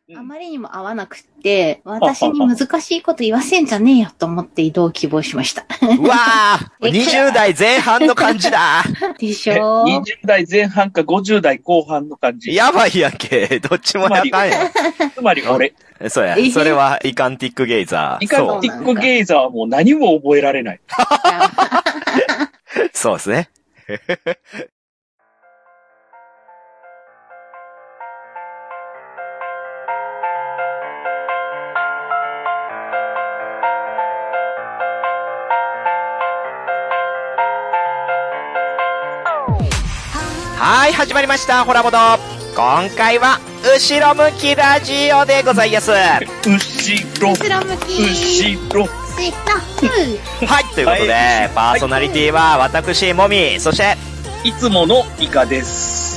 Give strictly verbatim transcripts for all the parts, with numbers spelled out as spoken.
あまりにも合わなくって、私に難しいこと言わせんじゃねえよと思って移動を希望しました。 うわぁにじゅう代前半の感じだでしょ？ にじゅう代前半かごじゅう代後半の感じ。 やばいやんけ。どっちもやばいやん。 つまり俺。 そうや。それはイカンティックゲイザー。 イカンティックゲイザーはもう何も覚えられない。 そうですね。はい、始まりました、ホラボド。今回は、後ろ向きラジオでございます。後ろ。 後ろ向き。 後ろ。 はい、ということで、はい、パーソナリティは私、もみ、そして、 いつものイカです。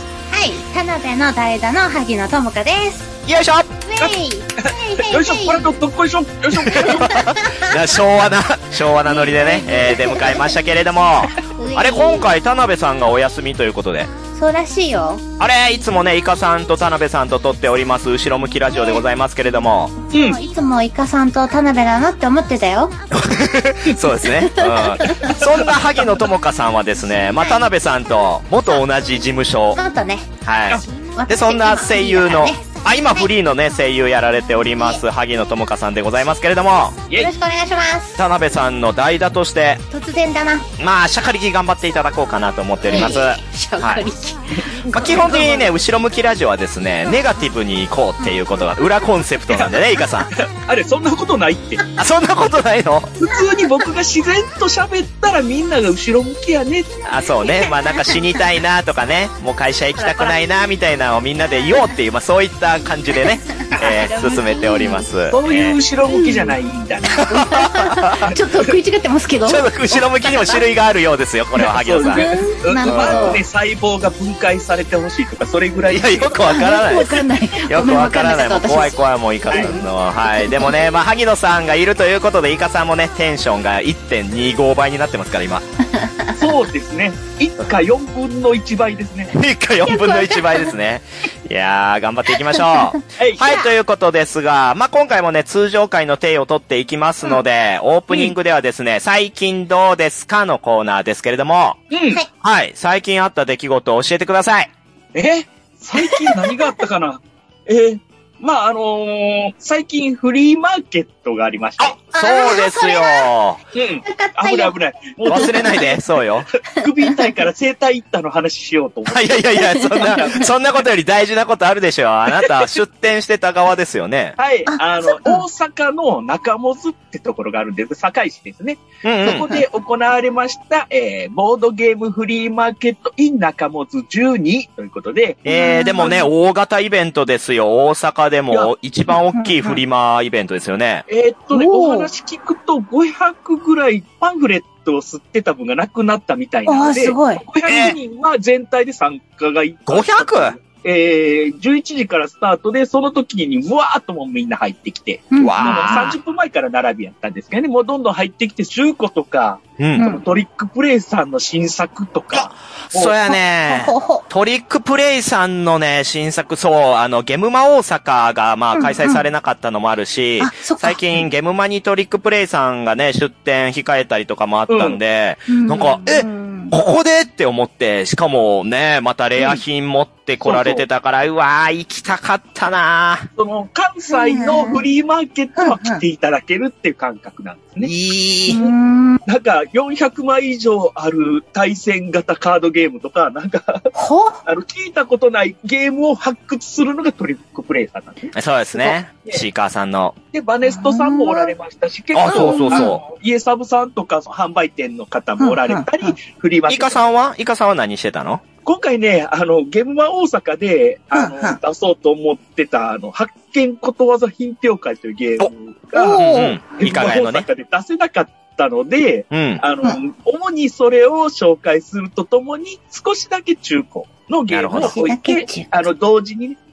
はい、田辺の代打の萩野智香です。 よいしょ。 ウェイよいしょ、これどっこいしょ。よいしょ。 昭和な、昭和なノリでね、えー、出迎えましたけれども、あれ、今回田辺さんがお休みということで。 そうらしいよ。 あれ、いつもね、イカさんと田辺さんと撮っております、後ろ向きラジオでございますけれども。 うん。いつもイカさんと田辺だなって思ってたよ。 そうですね。うん。そんな萩野智香さんはですね、まあ、田辺さんと元同じ事務所。 元ね。 はい。で、そんな声優の、あ、今フリーのね、声優やられております、萩野智香さんでございますけれども。 よろしくお願いします。 田辺さんの代打として、 突然だな。 まあ、シャカリキ頑張っていただこうかなと思っております。 シャカリキ。 まあ、基本的にね、後ろ向きラジオはですね、ネガティブに行こうっていうことが裏コンセプトなんでね、イカさん。 あれ、そんなことないって。 あ、そんなことないの？ 普通に僕が自然と喋ったらみんなが後ろ向きやね。 あ、そうね。まあなんか死にたいなとかね、もう会社行きたくないなみたいなのをみんなで言おうっていう、まあそういった感じでね、えー、進めております。 そういう後ろ向きじゃないんだね。 ちょっと食い違ってますけど。 ちょっと後ろ向きにも種類があるようですよ、これは萩野さん。 なるほど。 ね、細胞が分解されてほしいとか、それぐらい。 いや、よくわからない。 よくわかんない。 よくわからない。もう怖い怖い、もうイカさんの。はい。でもね、まあ、萩野さんがいるということで、イカさんもね、テンションが いってんにご 倍になってますから、今。 そうですね。いちかよんぶんのいちばいですね。 いちかよんぶんのいちばいですね。いやー、頑張っていきましょう。はい、はい、ということですが、まあ、今回もね、通常回の体を取っていきますので、うん、オープニングではですね、うん、最近どうですかのコーナーですけれども、 うん、 はい、最近あった出来事を教えてください。 え最近何があったかなえー、まあ、あのー、最近フリーマーケットがありました。 そうですよ。 うん。危ない危ない。 もう忘れないで、そうよ。 首痛いから整体行ったの話しようと思って。 いやいやいや、そんな、そんなことより大事なことあるでしょ。あなた、出店してた側ですよね。 はい。あの、大阪の中本ってところがあるんです。堺市ですね。うんうん、そこで行われました、えー、ボードゲームフリーマーケット in 中本じゅうにということで。 えー、でもね、大型イベントですよ。大阪でも一番大きいフリマイベントですよね。 えー、っとね、お話聞くとごひゃくぐらいパンフレットを吸ってた分がなくなったみたいなので、 すごい。 ごひゃくにんは全体で参加がいった。 ごひゃく? えー、じゅういちじからスタートで、その時にうわーっともうみんな入ってきて、 うん、 わーさんじゅっぷんまえから並びやったんですけどね、もうどんどん入ってきて、中古とか、うん、そのトリックプレイさんの新作とか。 そうやね。トリックプレイさんのね、新作、そう、あの、ゲムマ大阪が、まあ、開催されなかったのもあるし、うんうん、最近、ゲムマにトリックプレイさんがね、出展控えたりとかもあったんで、うん、なんか、え、ここでって思って、しかもね、またレア品持って来られてたから、うん、うわー、行きたかったなー。 その、関西のフリーマーケットは来ていただけるっていう感覚なんですね。 いい。 なんか、よんひゃくまい以上ある対戦型カードゲームとか、なんか、あの、聞いたことないゲームを発掘するのがトリックプレイさんなんですね。 そうですね。シーカーさんの。 で、バネストさんもおられましたし、結構、 あ、そうそうそう。 イエサブさんとか販売店の方もおられたり、フリーマーケット。 イカさんはイカさんは何してたの？ 今回ね、あの、ゲームマ大阪で、あの、出そうと思ってた、あの、発見ことわざ品評会というゲームが、 うんうん、 ゲームマ大阪で出せなかったので、 うん、 あの、うん、主にそれを紹介するとともに、少しだけ中古のゲームを置いて、あの、同時にね、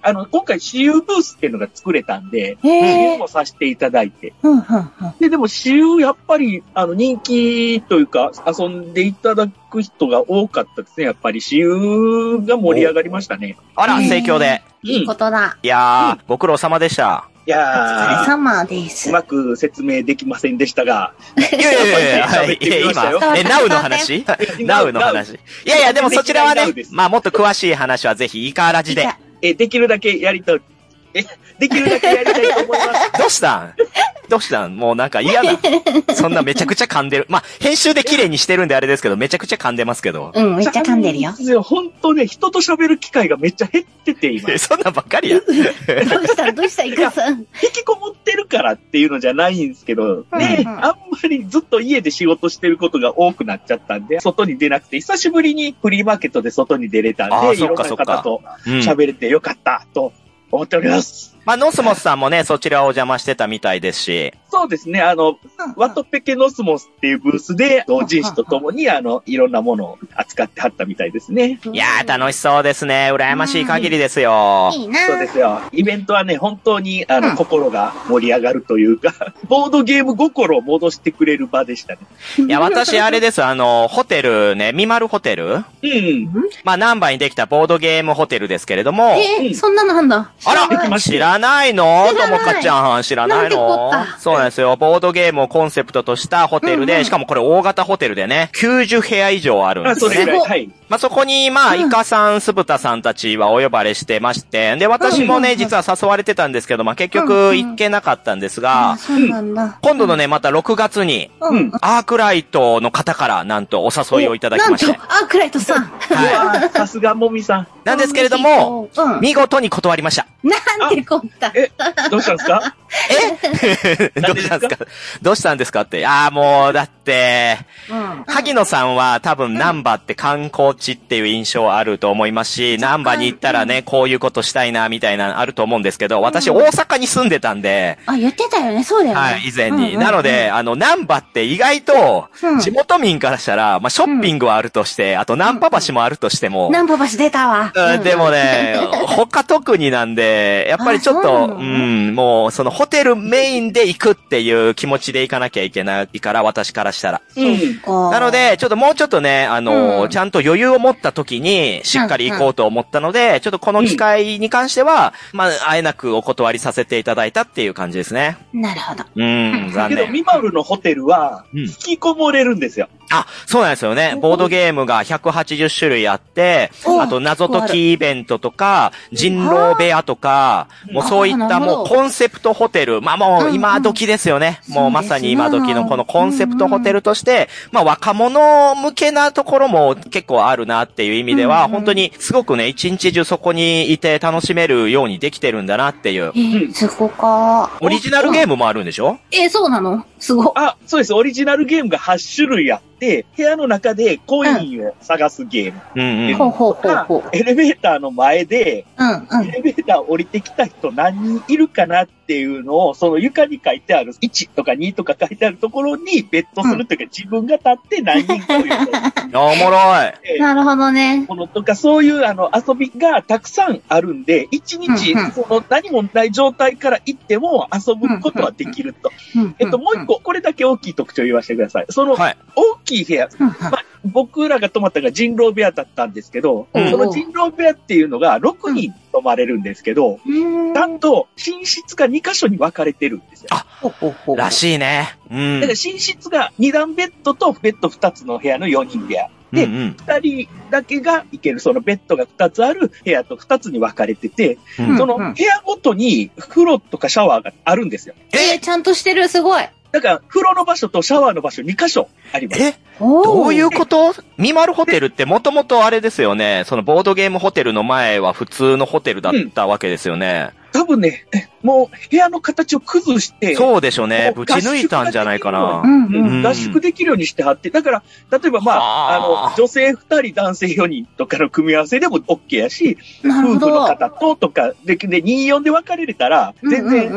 あの、今回私有ブースっていうのが作れたんで、私有もさせていただいて。 うんうんうん、 で、でも私有やっぱり、あの、人気というか、遊んでいただく人が多かったですね。やっぱり私有が盛り上がりましたね。 あら、盛況で。 いいことだ。 いやー、ご苦労様でした。 いやー、 お疲れ様です。 うまく説明できませんでしたが。 いやいやいやいや、はい、今、え、ナウの話ナウの話。いやいや、でもそちらはね、まあもっと詳しい話はぜひ、イカラジで。 え、できるだけやりたい。え、できるだけやりたいと思います。 どうしたんどうしたんもうなんか嫌だ。そんなめちゃくちゃ噛んでる。まあ、編集で綺麗にしてるんであれですけど、めちゃくちゃ噛んでますけど。 うん、めっちゃ噛んでるよ。 本当ね、人と喋る機会がめっちゃ減ってて、今。 そんなんばっかりや。 どうしたどうしたイカさん。 引きこもってるからっていうのじゃないんですけど、ね、うんうん、あんまりずっと家で仕事してることが多くなっちゃったんで、外に出なくて、久しぶりにフリーマーケットで外に出れたんで、いろんな方と喋れてよかったと思っております。 まあ、ノスモスさんもね、そちらお邪魔してたみたいですし。 そうですね、あの、ワトペケノスモスっていうブースで、同人誌とともに、あの、いろんなものを扱ってはったみたいですね。 いやー、楽しそうですね。羨ましい限りですよ。 いいな。 そうですよ。イベントはね、本当に、あの、うん、心が盛り上がるというか、ボードゲーム心を戻してくれる場でしたね。 いや、私、あれです、あの、ホテルね、みまるホテルうん。まあ、南波にできたボードゲームホテルですけれども。 えー、うん、そんなのあんだ。 あら、知らないのともかちゃん、知らないのそうなんですよ。ボードゲームをコンセプトとしたホテルで、うんうん、しかもこれ大型ホテルでね、きゅうじゅうへや以上あるんですね。 あ、それぐらい。はい。 まあ、そこに、まあ、イカさん、スブタさんたちはお呼ばれしてまして、で、私もね、実は誘われてたんですけど、まあ、結局、行けなかったんですが、今度のね、またろくがつに、アークライトの方から、なんとお誘いをいただきまして。 なんと、アークライトさん。 はい。さすがもみさん。 なんですけれども、見事に断りました。 なんてこった。 え、どうしたんですかえどうしたんですかどうしたんですかって。ああ、もう、だって、うん、萩野さんは多分、ナンバって観光地っていう印象あると思いますし、ナンバに行ったらね、こういうことしたいな、みたいなのあると思うんですけど、私、大阪に住んでたんで。 あ、言ってたよね、そうだよね。 はい、以前に。うんうんうん、なので、あの、ナンバって意外と、地元民からしたら、まあ、ショッピングはあるとして、あと、ナンパ橋もあるとしても。 ナンパ橋出たわ。 うん、でもね、他特になんで、やっぱりちょっと、うん、もう、その、ホテルメインで行くっていう気持ちで行かなきゃいけないから、私からしたら。うん。なので、ちょっともうちょっとね、あの、うん、ちゃんと余裕を持った時に、しっかり行こうと思ったので、うんうん、ちょっとこの機会に関しては、うん、まあ、あえなくお断りさせていただいたっていう感じですね。 なるほど。 うん、残念。 けど、ミマルのホテルは、引きこもれるんですよ。 あ、そうなんですよね。ボードゲームがひゃくはちじゅっしゅるいあって、あと謎解きイベントとか、人狼部屋とか、もうそういったもうコンセプトホテル、まあもう今時ですよね。もうまさに今時のこのコンセプトホテルとして、まあ若者向けなところも結構あるなっていう意味では、本当にすごくね、一日中そこにいて楽しめるようにできてるんだなっていう。 えー、そこか。 オリジナルゲームもあるんでしょ？ えー、そうなの？すごい。 あ、そうです。オリジナルゲームがはちしゅるいあって、部屋の中でコインを探すゲーム。 うんうん。 ほうほうほうほう。 エレベーターの前で、 うんうん、 エレベーター降りてきた人何人いるかなっていうのを、その床に書いてある、いちとかにとか書いてあるところにベットするというか、うん、自分が立って何人かを言うと。 おもろい。 えー、なるほどね。 ものとか、そういうあの遊びがたくさんあるんで、一日、うんうん、その何もない状態から行っても遊ぶことはできると。うんうん、えっと、もう一個、これだけ大きい特徴を言わせてください。その、はい、大きい部屋、まあ、僕らが泊まったのが人狼部屋だったんですけど、うん、その人狼部屋っていうのがろくにん泊まれるんですけど、うん、ちゃんと寝室がにかしょに分かれてるんですよ。 あ、らしいね。うん。 だから寝室がにだんベッドとベッドふたつの部屋のよにん部屋。で、うんうん、ふたりだけが行ける、そのベッドがふたつある部屋とふたつに分かれてて、うん、その部屋ごとに風呂とかシャワーがあるんですよ。 えー、ちゃんとしてる、すごい。 だから、風呂の場所とシャワーの場所にかしょあります。 えどういうこと？ミマルホテルってもともとあれですよね。そのボードゲームホテルの前は普通のホテルだったわけですよね。 うん、多分ね、もう部屋の形を崩して。 そうでしょうね。ぶち抜いたんじゃないかな。 うんうん、合宿できるようにしてはって。だから、例えばまあ、あの、女性ふたり、男性よにんとかの組み合わせでも OK やし、夫婦の方ととかで、で、にじゅうよんで分かれれたら、全然、うんうんうんで、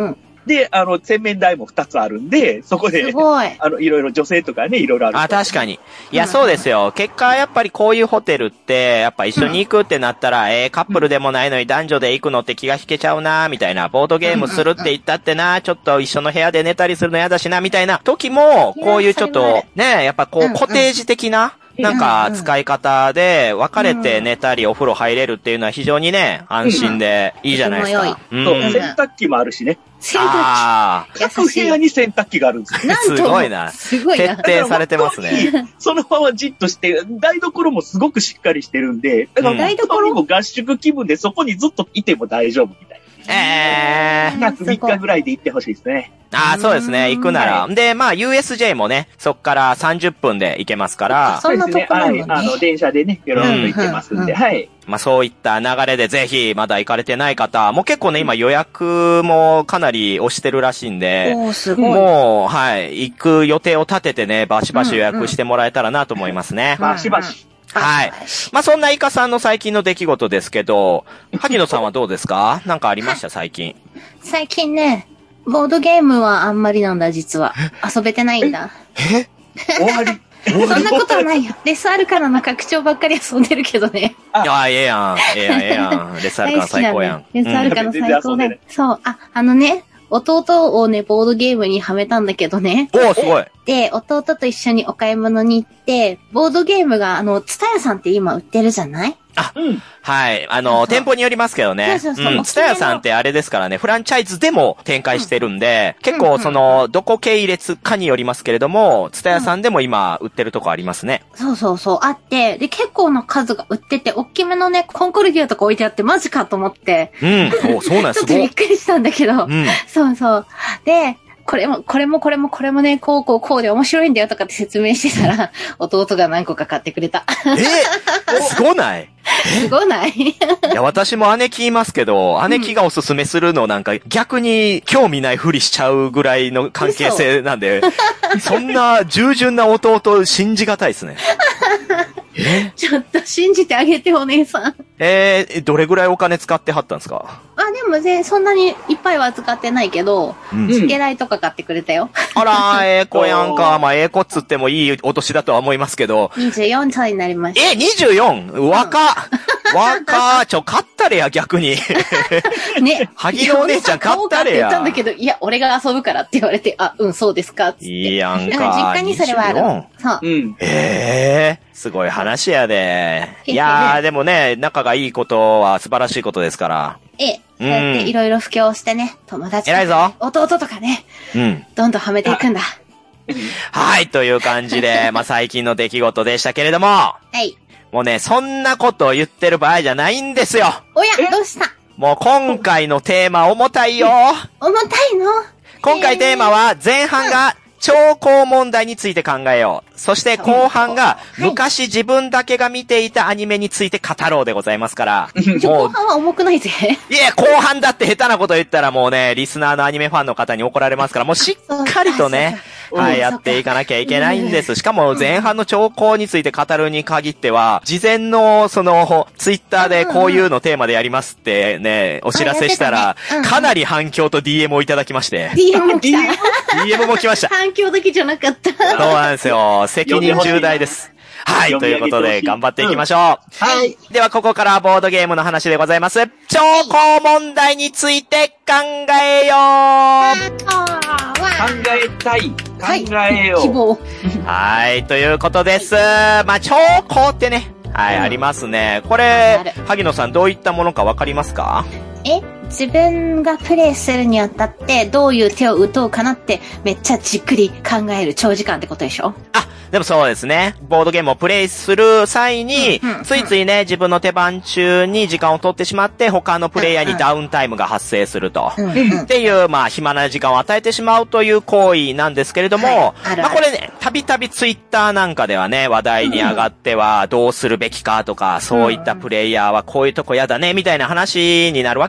で、あの、洗面台もふたつあるんで、そこで、 すごい。 あの、いろいろ女性とかね、いろいろある。 あ、確かに。いや、そうですよ。結果、やっぱりこういうホテルって、やっぱ一緒に行くってなったら、うん、えー、カップルでもないのに男女で行くのって気が引けちゃうな、みたいな。ボードゲームするって言ったってな、ちょっと一緒の部屋で寝たりするの嫌だしな、みたいな時も、こういうちょっと、ね、やっぱこう、コテージ的な、なんか、使い方で、別れて寝たりお風呂入れるっていうのは非常にね、安心でいいじゃないですか。 うん、そう、洗濯機もあるしね。 洗濯機。 各部屋に洗濯機があるんですよ。 すごいな。 すごいな。 徹底されてますね。 そのままじっとして、台所もすごくしっかりしてるんで、だから台所も合宿気分でそこにずっといても大丈夫みたいな。 ええー。 約みっかぐらいで行ってほしいですね。 ああ、そうですね。行くなら。で、まあ、ユーエスジェー もね、そっからさんじゅっぷんで行けますから。 そんなところもね。 はい。あの、電車でね、よろしく行ってますんで、はい。 まあ、そういった流れでぜひ、まだ行かれてない方、もう結構ね、今予約もかなり押してるらしいんで。 おー、すごい。 もう、はい。行く予定を立ててね、バシバシ予約してもらえたらなと思いますね。 バシバシ。 はい。まあ、そんなイカさんの最近の出来事ですけど、萩野さんはどうですか？なんかありました最近。 最近ね、ボードゲームはあんまりなんだ、実は。遊べてないんだ。 え終わりそんなことはないよ。レスアルカナの拡張ばっかり遊んでるけどね。 いや、ええやん。ええやん、ええやん。レスアルカナ最高やん。 レスアルカナ最高だ。そう。あ、あのね、弟をね、ボードゲームにはめたんだけどね。 おー、すごい。 で、弟と一緒にお買い物に行って、ボードゲームが、あの、ツタヤさんって今売ってるじゃない？ あ、うん。はい。あの、店舗によりますけどね。 そうそうそう。 うん。ツタヤさんってあれですからね、フランチャイズでも展開してるんで、うん、結構その、どこ系列かによりますけれども、ツタヤさんでも今売ってるとこありますね。 そうそうそう。あって、で、結構な数が売ってて、大きめのね、コンコルギアとか置いてあって、マジかと思って。 うん。お、そうなんですちょっとびっくりしたんだけど。 うん。 そうそう。で、これも、これもこれもこれもね、こうこうこうで面白いんだよとかって説明してたら、弟が何個か買ってくれた。 えすごないすごないいや、私も姉貴いますけど、姉貴がおすすめするのなんか逆に興味ないふりしちゃうぐらいの関係性なんで、そんな従順な弟信じがたいですね。 えちょっと信じてあげてお姉さん。 えー、どれぐらいお金使ってはったんですか？ あ、でもね、そんなにいっぱいは使ってないけど、チケライとか買ってくれたよ。 あらー、ええ子やんか。まあ、ええ子っつってもいいお年だとは思いますけど。 にじゅうよんさいになりました。 え、にじゅうよん？ 若っ、うん、若っ、ちょ、買ったれや、逆に。ね。萩野お姉ちゃん買ったれや。 って言ったんだけど、いや、俺が遊ぶからって言われて、あ、うん、そうですか、つって。いいやんか。 実家にそれはある。そう。 うん。 ええー。すごい話やで。いやー、でもね、仲がいいことは素晴らしいことですから。 ええ。そうやっていろいろ布教してね、友達偉いぞ。 弟とかね、 うん。 どんどんはめていくんだ。 はい、という感じで、まあ、最近の出来事でしたけれども。はい。 もうね、そんなことを言ってる場合じゃないんですよ。 おや、どうした？ もう今回のテーマ重たいよ。 重たいの？ 今回テーマは前半が、兆候問題について考えよう。そして後半が昔自分だけが見ていたアニメについて語ろうでございますから。 後半は重くないぜ。 いや、後半だって下手なこと言ったらもうね、リスナーのアニメファンの方に怒られますから、もうしっかりとね、はい、やっていかなきゃいけないんです。しかも前半の兆候について語るに限っては、事前のその、ツイッターでこういうのテーマでやりますってね、お知らせしたら、かなり反響と ディーエム をいただきまして。 ディーエム も来た。 ディーエム も来ました。 反響だけじゃなかった。 そうなんですよ。責任重大です。はい。ということで、頑張っていきましょう。 はい。 では、ここからボードゲームの話でございます。兆候問題について考えよう。 考えたい。考えよう。 希望。 はい。ということです。まあ、兆候ってね。はい、ありますね。これ、萩野さんどういったものかわかりますか？ え自分がプレイするにあたってどういう手を打とうかなってめっちゃじっくり考える長時間ってことでしょ？ あ、でもそうですね。ボードゲームをプレイする際に、うんうんうん、ついついね、自分の手番中に時間を取ってしまって、他のプレイヤーにダウンタイムが発生すると。うんうん、っていう、まあ、暇な時間を与えてしまうという行為なんですけれども、はい、あるあるまあこれね、たびたびツイッターなんかではね、話題に上がっては、どうするべきかとか、そういったプレイヤーはこういうとこやだね、みたいな話になるわけですよ。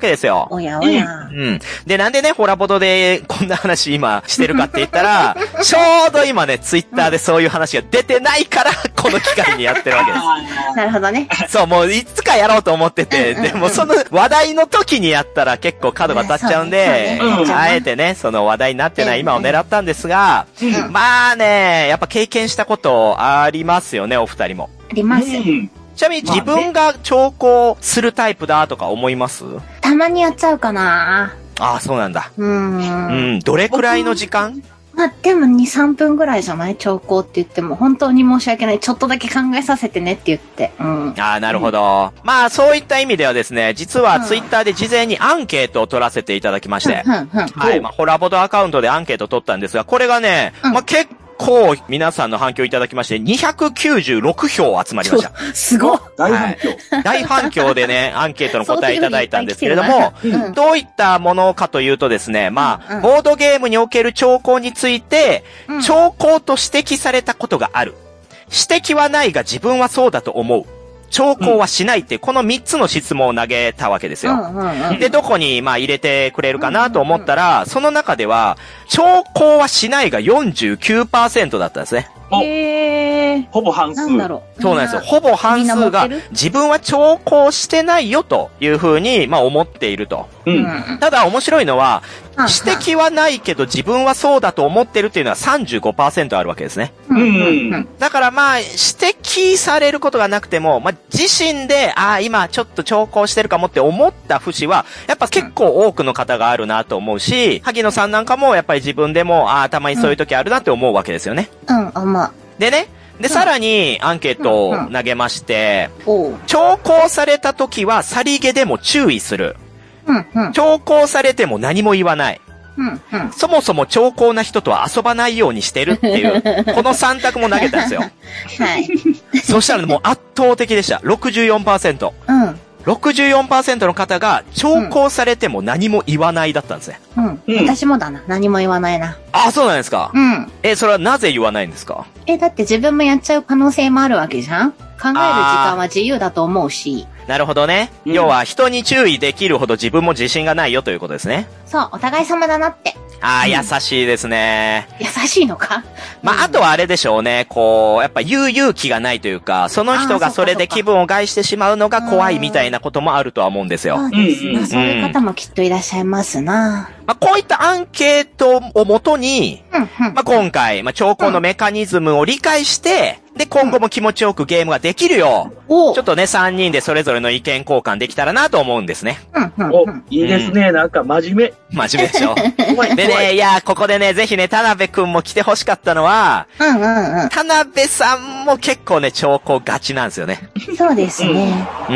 おやおや。 うん。で、なんでね、ホラボドでこんな話今してるかって言ったら、ちょうど今ね、ツイッターでそういう話が出てないから、この機会にやってるわけです。 なるほどね。 そう、もういつかやろうと思ってて、でもその話題の時にやったら結構角が立っちゃうんで、あえてね、その話題になってない今を狙ったんですが、まあね、やっぱ経験したことありますよね、お二人も。 あります。 ちなみに自分が調校するタイプだとか思います？ たまにやっちゃうかな。 ああ、そうなんだ。 うん。 うん。どれくらいの時間？ まあ、でもに、さんぷんぐらいじゃない調校って言っても、本当に申し訳ない。ちょっとだけ考えさせてねって言って。うん。 ああ、なるほど。うん、まあ、そういった意味ではですね、実はツイッターで事前にアンケートを取らせていただきまして。 うんうんうん、 はい。まあ、ホラボドアカウントでアンケートを取ったんですが、これがね、うん、まあ結構、結構皆さんの反響いただきまして、にひゃくきゅうじゅうろくひょう集まりました。 すごい。 大反響、 はい。大反響でね、アンケートの答えいただいたんですけれども、うん、どういったものかというとですね、まあ、うん、ボードゲームにおける兆候について、うん、兆候と指摘されたことがある。指摘はないが自分はそうだと思う。兆候はしないって、このみっつの質問を投げたわけですよ。うんうんうん、で、どこに、まあ、入れてくれるかなと思ったら、うんうんうん、その中では、兆候はしないが よんじゅうきゅうパーセント だったんですね。 へー。 ほぼ半数。 なんだろう。そうなんですよ。ほぼ半数が、自分は兆候してないよというふうに、まあ、思っていると。うん。ただ、面白いのは、指摘はないけど自分はそうだと思ってるっていうのは さんじゅうごパーセント あるわけですね。 うん。 だからまあ、指摘されることがなくても、まあ、自身で、ああ、今ちょっと兆候してるかもって思った節は、やっぱ結構多くの方があるなと思うし、萩野さんなんかもやっぱり自分でも、ああ、たまにそういう時あるなって思うわけですよね。 うん、あ、まあ。 でね、で、さらにアンケートを投げまして、兆候された時はさりげでも注意する。 うんうん、 兆候されても何も言わない。 うんうん、 そもそも兆候な人とは遊ばないようにしてるっていう、このさん択も投げたんですよ。 はい。 そしたらもう圧倒的でした。ろくじゅうよんパーセント。 うん。 ろくじゅうよんパーセント の方が兆候されても何も言わないだったんですね。 うん。うん、私もだな。何も言わないな。 あ、そうなんですか。 うん。 え、それはなぜ言わないんですか？ え、だって自分もやっちゃう可能性もあるわけじゃん？考える時間は自由だと思うし。 なるほどね。うん、要は人に注意できるほど自分も自信がないよということですね。 そう、お互い様だなって。 ああ、優しいですね。 優しいのか？ まあ、あとはあれでしょうね。こう、やっぱ言う勇気がないというか、その人がそれで気分を害してしまうのが怖いみたいなこともあるとは思うんですよ。 そうですね。そういう方もきっといらっしゃいますな。 まあ、こういったアンケートをもとに、 うんうん、 まあ、今回、まあ、兆候のメカニズムを理解して、で、今後も気持ちよくゲームができるよう、うん、ちょっとね、さんにんでそれぞれの意見交換できたらなと思うんですね。 うんうんうん、 お、いいですね。なんか真面目。 真面目でしょ。でね、いや、ここでね、ぜひね、田辺くんも来て欲しかったのは、 うんうんうん、 田辺さんも結構ね、兆候ガチなんですよね。 そうですね。 うん。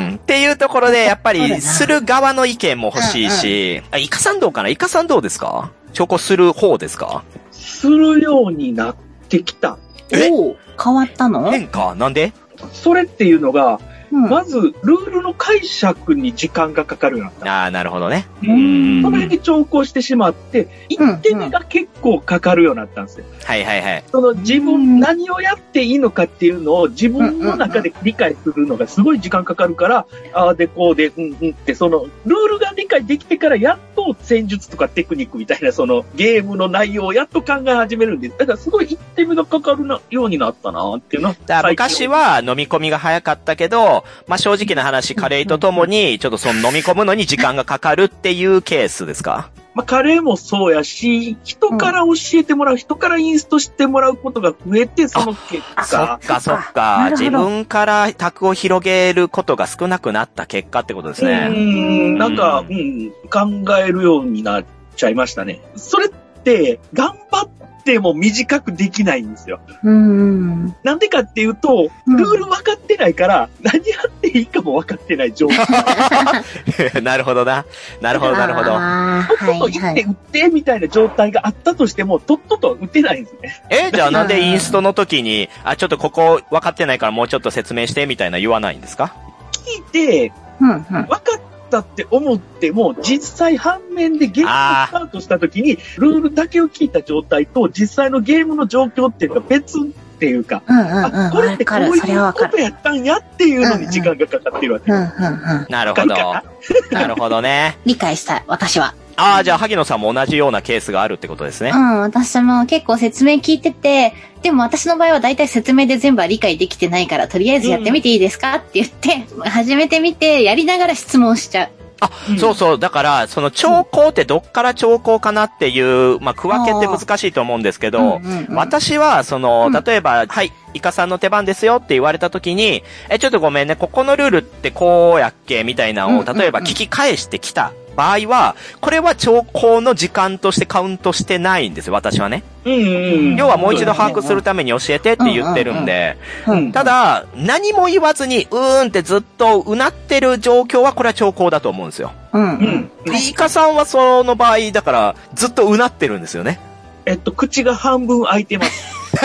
っていうところで、やっぱり、する側の意見も欲しいし、うんうん、あ、イカさんどうかな？イカさんどうですか？兆候する方ですか？ するようになってきた。 え？ 変わったの？ 変化？なんで？ それっていうのが、 うん、 まず、ルールの解釈に時間がかかるようになった。 ああ、なるほどね。 うん。その辺に兆候してしまって、一手目が結構かかるようになったんですよ。 うんうん、はいはいはい。 その自分、何をやっていいのかっていうのを自分の中で理解するのがすごい時間かかるから、ああでこうで、うんうんって、その、ルールが理解できてからやっと戦術とかテクニックみたいな、そのゲームの内容をやっと考え始めるんです。だからすごい一手目がかかるなようになったなっていうのは。 だから昔は飲み込みが早かったけど、まあ正直な話、カレーとともに、ちょっとその飲み込むのに時間がかかるっていうケースですか？ まあ、カレーもそうやし、人から教えてもらう、うん、人からインストしてもらうことが増えて、その結果。 そっかそっか。自分から卓を広げることが少なくなった結果ってことですね。 うん、なんか、うん、考えるようになっちゃいましたね。それって、頑張って、でも短くできないんですよ。 うん。 なんでかっていうと、ルール分かってないから、何やっていいかも分かってない状態。 なるほどな。なるほど、なるほど。 とっとと行って打ってみたいな状態があったとしても、とっとと打てないんですね。 え、じゃあなんでインストの時に、あ、ちょっとここ分かってないからもうちょっと説明してみたいな言わないんですか？ 聞いて、 うんうん、 分かったって思っても、実際反面でゲームをスタートした時に、ルールだけを聞いた状態と実際のゲームの状況っていうのが別っていうか、 うんうんうん、 あ、これってこういうことやったんやっていうのに時間がかかってるわけ。 うんうんうん、 なるほど。なるほどね。 理解したい、私は。 ああ、じゃあ、萩野さんも同じようなケースがあるってことですね。 うん、私も結構説明聞いてて、でも私の場合は大体説明で全部は理解できてないから、とりあえずやってみていいですか、うん、って言って、始めてみて、やりながら質問しちゃう。 あ、うん、そうそう。だから、その兆候ってどっから兆候かなっていう、まあ、区分けって難しいと思うんですけど、うんうんうん、私は、その、例えば、うん、はい、イカさんの手番ですよって言われた時に、え、ちょっとごめんね、ここのルールってこうやっけみたいなのを、例えば聞き返してきた場合は、これは兆候の時間としてカウントしてないんですよ、私はね。 うんうんうん、 要はもう一度把握するために教えてって言ってるんで、ただ、何も言わずに、うーんってずっとうなってる状況は、これは兆候だと思うんですよ。 うんうん。 イカさんはその場合、だから、ずっとうなってるんですよね。 えっと、口が半分開いてます。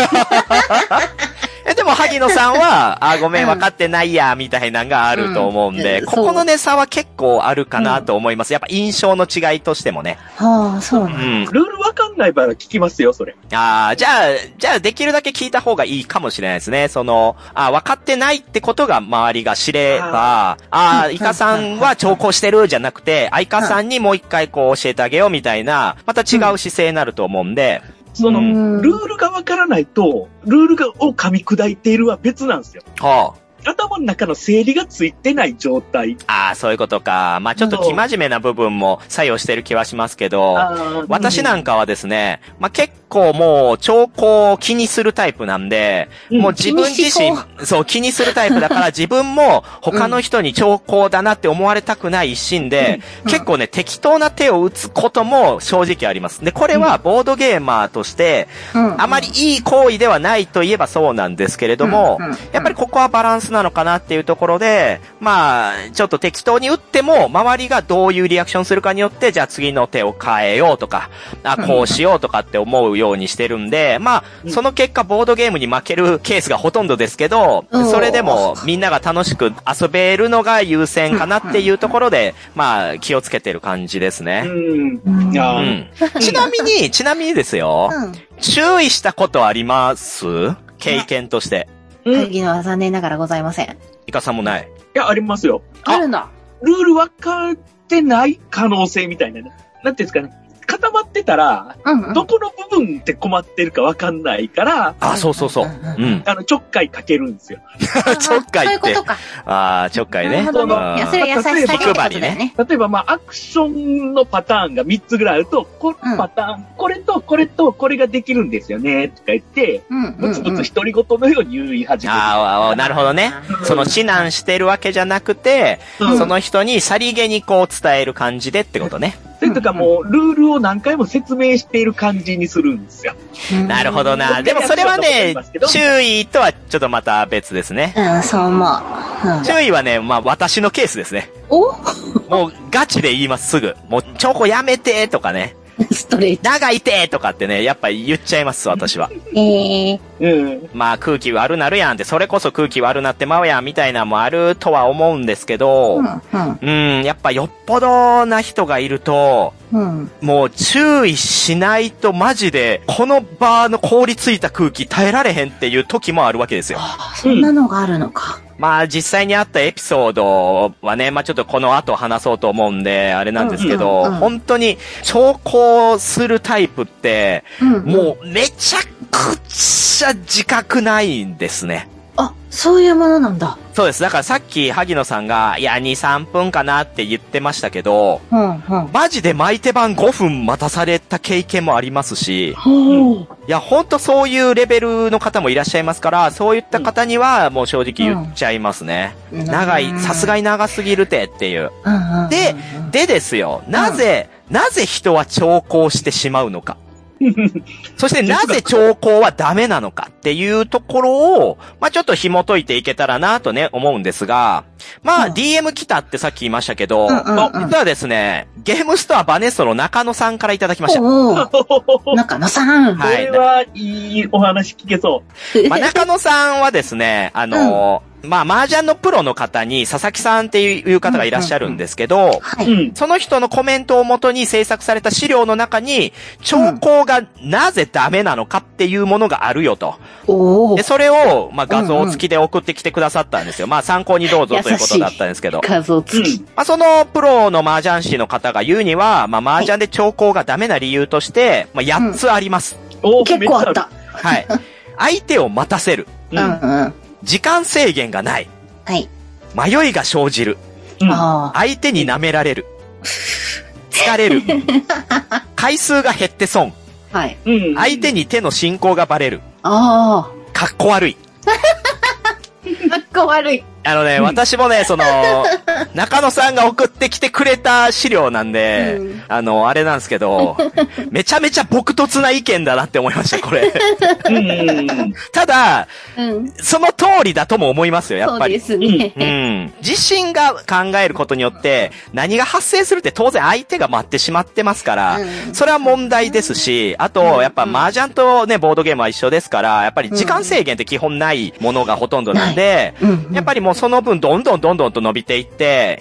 え、でも、萩野さんは、あ、ごめん、分かってないや、みたいなのがあると思うんで、うん、ここのね、差は結構あるかなと思います。やっぱ印象の違いとしてもね。 はあ、そうなんだ。うん。 ルール分かんない場合は聞きますよ、それ。 ああ、じゃあ、じゃあ、できるだけ聞いた方がいいかもしれないですね。その、あ分かってないってことが周りが知れば、ああ、イカさんは兆候してるじゃなくて、アイカさんにもう一回こう教えてあげようみたいな、また違う姿勢になると思うんで、 その、ルールがわからないと、ルールがを噛み砕いているは別なんですよ。 はあ。 頭の中の整理がついてない状態。 ああ、そういうことか。まあちょっと生真面目な部分も作用してる気はしますけど、私なんかはですね、まあ結構もう兆候を気にするタイプなんで、うん、もう自分自身、そう気にするタイプだから自分も他の人に兆候だなって思われたくない一心で、うん、結構ね、適当な手を打つことも正直あります。で、これはボードゲーマーとして、うん、あまりいい行為ではないといえばそうなんですけれども、うんうん、やっぱりここはバランスなのかなっていうところで、まあ、ちょっと適当に打っても、周りがどういうリアクションするかによって、じゃあ次の手を変えようとか、あ、こうしようとかって思うようにしてるんで、まあ、その結果、ボードゲームに負けるケースがほとんどですけど、それでもみんなが楽しく遊べるのが優先かなっていうところで、まあ、気をつけてる感じですね。うんうん、ちなみに、ちなみにですよ、注意したことあります？経験として。 会議は残念ながらございません。 イカさんもない？ いや、ありますよ。 あるんだ。 ルール分かってない可能性みたいなね。なんていうんですかね。固まってたら、うんうん、どこの部分って困ってるか分かんないから、 あ、そうそうそう。うん。 あの、ちょっかいかけるんですよ。 ちょっかいって。そういうことか。 ああ、ちょっかいね。 なるほどね。いや、それ優しさってことだよね。 例えば、まあ、アクションのパターンがみっつぐらいあると、このパターン、うん、これとこれとこれができるんですよね、とか言って、ぶつぶつ独り言のように言い始める。 ああ、なるほどね。その指南してるわけじゃなくて、うん、その人にさりげにこう伝える感じでってことね。 それとかもう、ルールを何回も説明している感じにするんですよ。 なるほどな。でもそれはね、注意とはちょっとまた別ですね。 うん、そう思う。 うん、注意はね、まあ私のケースですね。 おもうガチで言います、すぐ。もう、チョコやめてとかね。 ストレート。 長いてとかってね、やっぱ言っちゃいます、私は。 ええー。 まあ空気悪なるやんって、それこそ空気悪なってまうやんみたいなのもあるとは思うんですけど、うん、うん、うん、やっぱよっぽどな人がいると、うん、もう注意しないとマジで、この場の凍りついた空気耐えられへんっていう時もあるわけですよ。 ああ、そんなのがあるのか。 まあ実際にあったエピソードはね、まあちょっとこの後話そうと思うんで、あれなんですけど、うんうんうん、本当に兆候するタイプって、うんうん、もうめちゃくちゃ自覚ないんですね。 あ、そういうものなんだ。 そうです。だからさっき萩野さんが、いや、に、さんぷんかなって言ってましたけど、うんうん、マジで巻いて番ごふん待たされた経験もありますし、うん、いや、ほんとそういうレベルの方もいらっしゃいますから、そういった方にはもう正直言っちゃいますね。うん、長い、さすがに長すぎるてっていう。うんうん、で、でですよ、なぜ、うん、なぜ人は兆候してしまうのか。そしてなぜ兆候はダメなのかっていうところを、まあちょっと紐解いていけたらなとね、思うんですが、まあ、うん、ディーエム 来たってさっき言いましたけど、うんうんうん、実はですね、ゲームストアバネストの中野さんからいただきました。 おー中野さん。 はい。これはいいお話聞けそう。 まあ中野さんはですね、あの、うんまあ、麻雀のプロの方に佐々木さんっていう方がいらっしゃるんですけど、うんうんうんはい、その人のコメントをもとに制作された資料の中に、兆候がなぜダメなのかっていうものがあるよと。うん、で、それを、まあ、画像付きで送ってきてくださったんですよ。うんうん、まあ、参考にどうぞということだったんですけど。 画像付き。 うん、まあ、そのプロの麻雀師の方が言うには、まあ、麻雀で兆候がダメな理由として、まあ、やっつあります。 うん、結構あった。 はい。相手を待たせる。 うんうん。 時間制限がない。 はい。 迷いが生じる。 うん、 相手に舐められる。疲れる。回数が減って損。 はい。 相手に手の進行がバレる。 ああ。かっこ悪い。 かっこ悪い。 あのね、うん、私もね、その、中野さんが送ってきてくれた資料なんで、うん、あの、あれなんですけど、めちゃめちゃ朴突な意見だなって思いました、これ。うん、ただ、うん、その通りだとも思いますよ、やっぱり。 そうですね。 うん。自身が考えることによって、何が発生するって当然相手が待ってしまってますから、うん、それは問題ですし、あと、やっぱ麻雀とね、ボードゲームは一緒ですから、やっぱり時間制限って基本ないものがほとんどなんで、うん、やっぱりもうその分どんどんどんどんと伸びていって、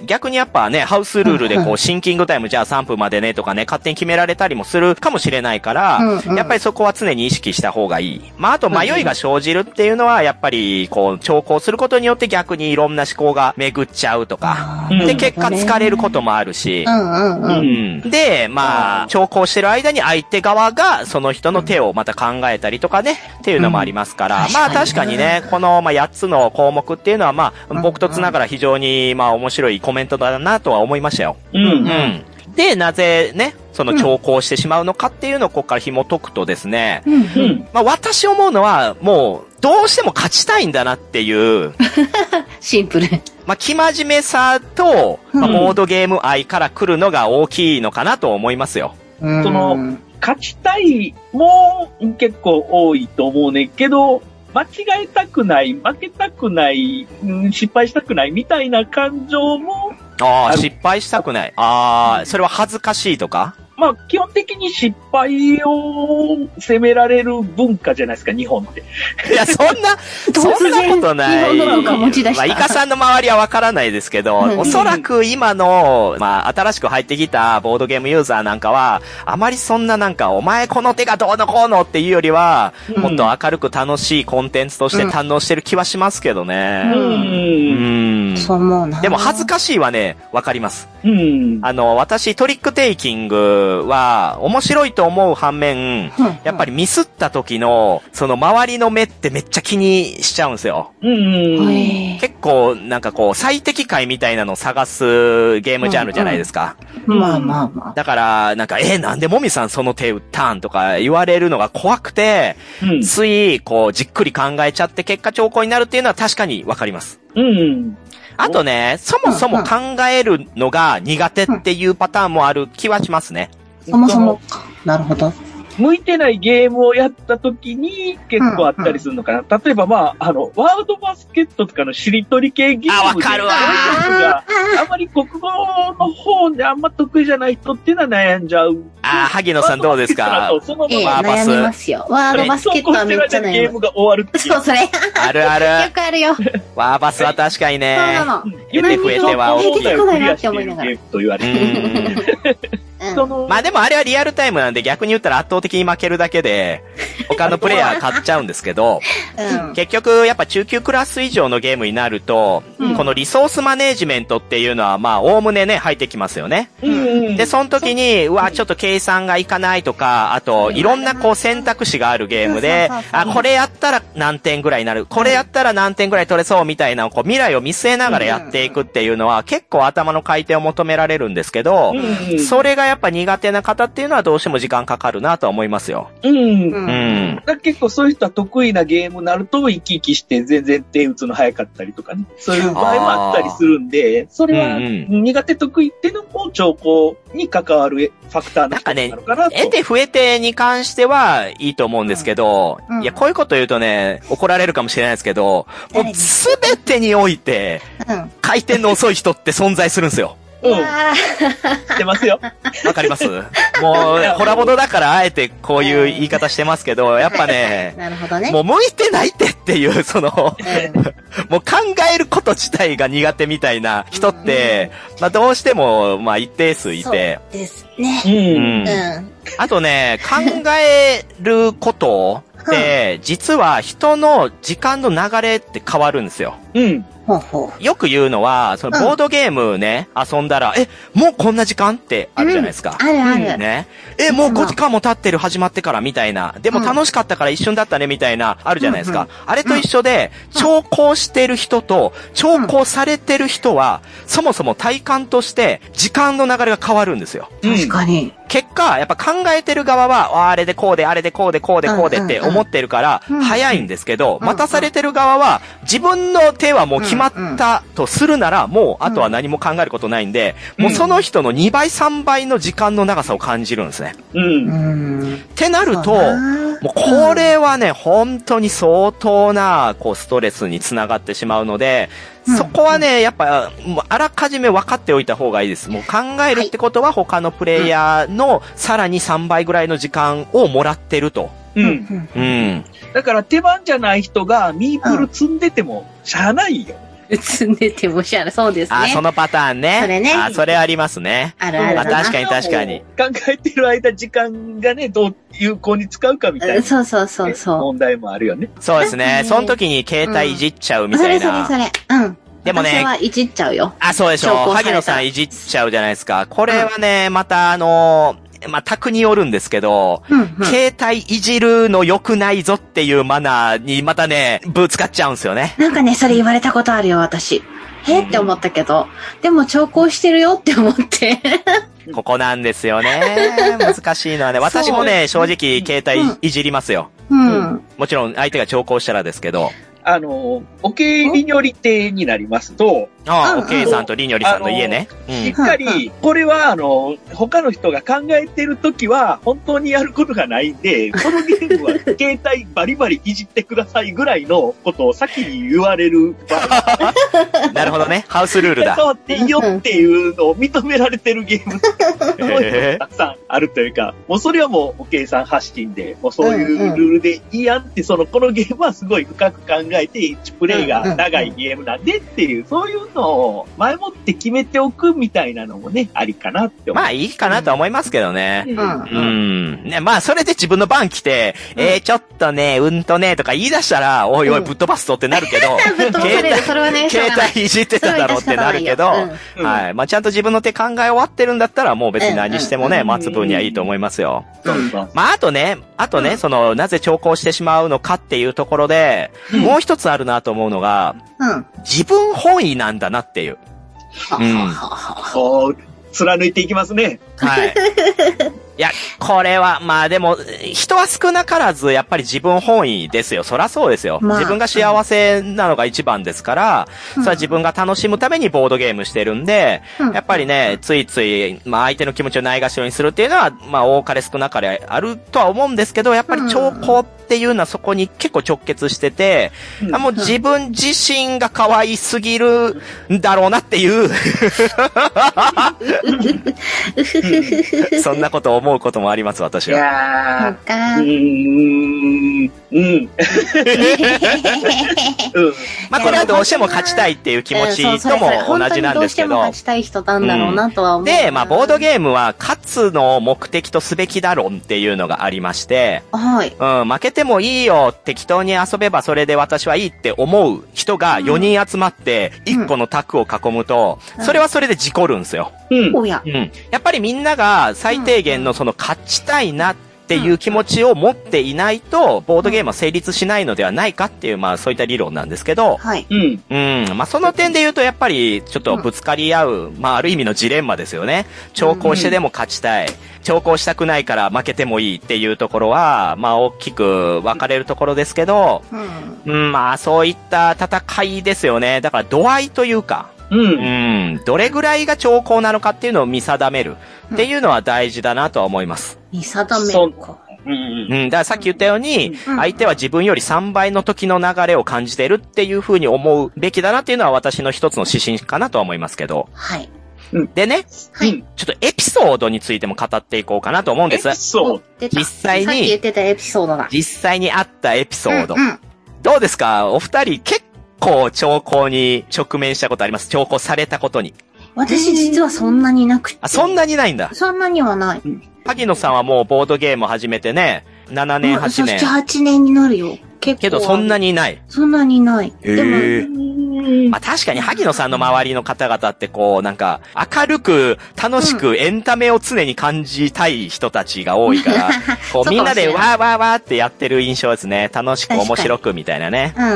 逆にやっぱね、ハウスルールでこう、シンキングタイムじゃあさんぷんまでねとかね、勝手に決められたりもするかもしれないから、うんうん、やっぱりそこは常に意識した方がいい。まあ、あと迷いが生じるっていうのは、やっぱりこう、長考することによって逆にいろんな思考が巡っちゃうとか、で、結果疲れることもあるし、 うんうんうんうん、で、まあ、長考してる間に相手側がその人の手をまた考えたりとかね、っていうのもありますから、うん、まあ確かにね、このまあやっつの項目っていうのはまあ、朴突ながら非常にまあ面白いコメントだなとは思いましたよ。 うん。うん。 で、なぜね、その長考してしまうのかっていうのをここから紐解くとですね、 うんうん、 まあ私思うのはもうどうしても勝ちたいんだなっていう、 シンプル。 まあ生真面目さと、まあ、ボードゲーム愛から来るのが大きいのかなと思いますよ。 うん、その、勝ちたいも結構多いと思うねんけど、間違えたくない、負けたくない、うん、失敗したくないみたいな感情もあ。 ああ、失敗したくない。ああ、それは恥ずかしいとか？ まあ、基本的に失敗を責められる文化じゃないですか、日本って。 いや、そんな、そんなことない。 日本の文化持ち出した。 まあ、イカさんの周りはわからないですけど、おそらく今の、まあ、新しく入ってきたボードゲームユーザーなんかは、あまりそんななんか、お前この手がどうのこうのっていうよりは、うん、もっと明るく楽しいコンテンツとして堪能してる気はしますけどね。 うん。うん。そう思うな。 でも恥ずかしいはね、わかります。 うん。 あの、私、トリックテイキングは面白いと思う反面、やっぱりミスった時の、その周りの目ってめっちゃ気にしちゃうんですよ。 うん。 結構なんかこう最適解みたいなのを探すゲームジャンルじゃないですか。 うんうん、まあまあまあ。 だからなんか、え、なんでもみさんその手打ったんとか言われるのが怖くて、うん、ついこうじっくり考えちゃって結果兆候になるっていうのは確かにわかります。 うん。 あとね、そもそも考えるのが苦手っていうパターンもある気はしますね。 そもそもか。なるほど。 向いてないゲームをやった時に結構あったりするのかな。うんうん、例えばまあ、あの、ワードバスケットとかのしりとり系ゲームあ、わかるわがあまり国語の方であんま得意じゃない人っていうのは悩んじゃう。 あ、萩野さんどうですか？ そのまま、えー、悩みますよ。ワードバスケットはめっちゃ悩む。 ゲームが終わるっていう。 そう、それ。 あるある。 よくあるよ。 ワーバスは確かにね。 そうなの。 得て増えては大きい。 出てこないなって思いながら。 と言われて。 そのまあでもあれはリアルタイムなんで逆に言ったら圧倒的に負けるだけで他のプレイヤー買っちゃうんですけど、うん、結局やっぱ中級クラス以上のゲームになると、うん、このリソースマネージメントっていうのはまあおおむねね入ってきますよね、 うん、 でその時にうわちょっと計算がいかないとか、あといろんなこう選択肢があるゲームで、あこれやったら何点ぐらいになる、これやったら何点ぐらい取れそうみたいなこう未来を見据えながらやっていくっていうのは結構頭の回転を求められるんですけど、それがやっぱ苦手な方っていうのはどうしても時間かかるなとは思いますよ。 うん。 うん。 だ結構そういう人は得意なゲームになると生き生きして全然手打つの早かったりとかね。そういう場合もあったりするんで、それは苦手得意っていうのも兆候に関わるファクターの一つなのかなと。 得て増えてに関してはいいと思うんですけど、うん、いや、こういうこと言うとね、怒られるかもしれないですけど、もうすべてにおいて、回転の遅い人って存在するんですよ。 うん。知ってますよ。 わかりますもう、ホラボドだからあえてこういう言い方してますけど、やっぱね、 なるほどね。 もう向いてないってっていう、その、うん、もう考えること自体が苦手みたいな人って、うん、まあどうしても、まあ一定数いて。 そうですね。 うん。うん。あとね、考えることって、実は人の時間の流れって変わるんですよ。 うん。 よく言うのは、そのボードゲームね、うん、遊んだら、え、もうこんな時間ってあるじゃないですか。 うん、あるある。 ね。え、もうごじかんも経ってる始まってからみたいな。でも楽しかったから一瞬だったねみたいな、あるじゃないですか。うんうん、あれと一緒で、聴講してる人と、聴講されてる人は、そもそも体感として、時間の流れが変わるんですよ。 確かに。 結果、やっぱ考えてる側は、あれでこうで、あれでこうで、こうで、こうでって思ってるから、早いんですけど、待たされてる側は、自分の手はもう決まったとするなら、もう、あとは何も考えることないんで、もうその人のにばい、さんばいの時間の長さを感じるんですね。 うん。 ってなると、もうこれはね、本当に相当な、こう、ストレスにつながってしまうので、そこはね、やっぱ、あらかじめ分かっておいた方がいいです。もう考えるってことは他のプレイヤーのさらにさんばいぐらいの時間をもらってると。 うん。うん。だから手番じゃない人がミープル積んでてもしゃあないよ。 積んでてもしゃあない。そうですね。 あ、そのパターンね。 それね。 あ、それありますね。 あるある。 まあ、確かに確かに。 考えてる間時間がね、どう有効に使うかみたいな。 そうそうそうそう。 問題もあるよね。 そうですね。その時に携帯いじっちゃうみたいな。 それそれそれ。うん。でもね。私はいじっちゃうよ。 あ、そうでしょ。萩野さんいじっちゃうじゃないですか。これはね、またあのー、まあ、宅によるんですけど、うんうん、携帯いじるの良くないぞっていうマナーにまたね、ぶつかっちゃうんですよね。 なんかね、それ言われたことあるよ、私。へーって思ったけど、でも長考してるよって思って。 ここなんですよね。難しいのはね、私もね、正直携帯いじりますよ。 うん。 もちろん相手が長考したらですけど。 あの、おけりにょり亭になりますと、 ああ、おけいさんとりにょりさんの家ね。 しっかり、これは、あの、他の人が考えてるときは、本当にやることがないんで、このゲームは携帯バリバリいじってくださいぐらいのことを先に言われる場合。 なるほどね。ハウスルールだ。 変わっていいよっていうのを認められてるゲームがたくさんあるというか、もうそれはもう、おけいさん発信で、もうそういうルールでいいやんって、その、このゲームはすごい深く考えて、プレイが長いゲームなんでっていう、そういうのを前もって決めておくみたいなのもね、ありかなって思う。 まあいいかなと思いますけどね。 うん。うんうんね、まあそれで自分の番来て、うん、えー、ちょっとね、うんとね、とか言い出したら、おいおいぶっ飛ばすとってなるけど、 ぶっ飛ばされる、それはね、 携帯いじってただろうってなるけど、うん、はい。まあちゃんと自分の手考え終わってるんだったら、もう別に何してもね、うん、待つ分にはいいと思いますよ。 うん、 まああとね、あとね、うん、その、なぜ長考してしまうのかっていうところで、うん、もう一つあるなと思うのが、 うん、 自分本位なんだなっていう。 うん。そう、貫いていきますね。 はい。いや、これは、まあでも、人は少なからず、やっぱり自分本位ですよ。そらそうですよ。まあ、自分が幸せなのが一番ですから、うん、それは自分が楽しむためにボードゲームしてるんで、うん、やっぱりね、ついつい、まあ相手の気持ちをないがしろにするっていうのは、まあ多かれ少なかれあるとは思うんですけど、やっぱり兆候っていうのはそこに結構直結してて、うん、もう自分自身が可愛すぎるんだろうなっていう、そんなこと思うこともあります、私は。 いやー。うーん。うん。 まあこれはどうしても勝ちたいっていう気持ちとも同じなんですけど。どうしても勝ちたい人なんだろうなとは思う。 で、まあボードゲームは勝つのを目的とすべきだ論っていうのがありまして。 はい。 うん、負けてもいいよ、適当に遊べばそれで私はいいって思う人がよにん集まっていっこの卓を囲むと、それはそれで事故るんですよ。 うん。おや。 うん。やっぱりみんなが最低限のその勝ちたいなっていう気持ちを持っていないと、ボードゲームは成立しないのではないかっていう、まあそういった理論なんですけど、 はい。 うん。 うん。まあその点で言うとやっぱりちょっとぶつかり合う、まあある意味のジレンマですよね。長考してでも勝ちたい。長考したくないから負けてもいいっていうところは、まあ大きく分かれるところですけど、うん。うん、まあそういった戦いですよね。だから度合いというか、 うん。うん。どれぐらいが長考なのかっていうのを見定めるっていうのは大事だなとは思います。 見定めるか。 うん。 うん。だからさっき言ったように、うん、相手は自分よりさんばいの時の流れを感じてるっていう風に思うべきだなっていうのは私の一つの指針かなとは思いますけど。 はい。 うん、 でね、 はい。 ちょっとエピソードについても語っていこうかなと思うんです。 エピソード。 実際に、 さっき言ってたエピソードが。 実際にあったエピソード。 うんうん、 どうですか？お二人結構兆候に直面したことあります？兆候されたことに。 私実はそんなになくて。 あ、そんなにないんだ。 そんなにはない。 萩野さんはもうボードゲームを始めてね、ななねん、はちねん。 そしてはちねんになるよ。結構。 けどそんなにない。 そんなにない。 へでも、まあ確かに萩野さんの周りの方々ってこう、なんか、明るく、楽しく、エンタメを常に感じたい人たちが多いから、こうみんなでわーわーわーってやってる印象ですね。楽しく面白くみたいなね。 うん。うん。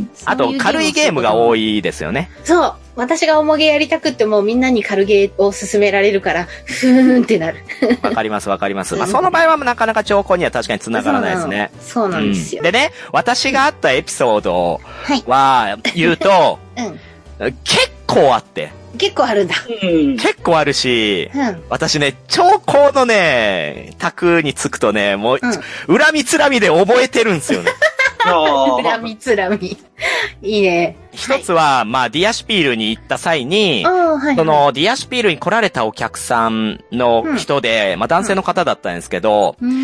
あと、軽いゲームが多いですよね。 そう。私が重げやりたくってもみんなに軽ゲーを勧められるから、ふーんってなる。 わかりますわかります。まあその場合はなかなか兆候には確かに繋がらないですね。 そうなんですよ。 うん、でね、私があったエピソードは言うと、うん、結構あって。 結構あるんだ。 うん、結構あるし、 うん、 私ね、兆候のね、卓につくとね、もう、うん、恨みつらみで覚えてるんですよね。 恨みつらみ。いいね。 一つは、はい、まあ、ディアシュピールに行った際に、はいはい、その、ディアシュピールに来られたお客さんの人で、うん、まあ、男性の方だったんですけど、うん、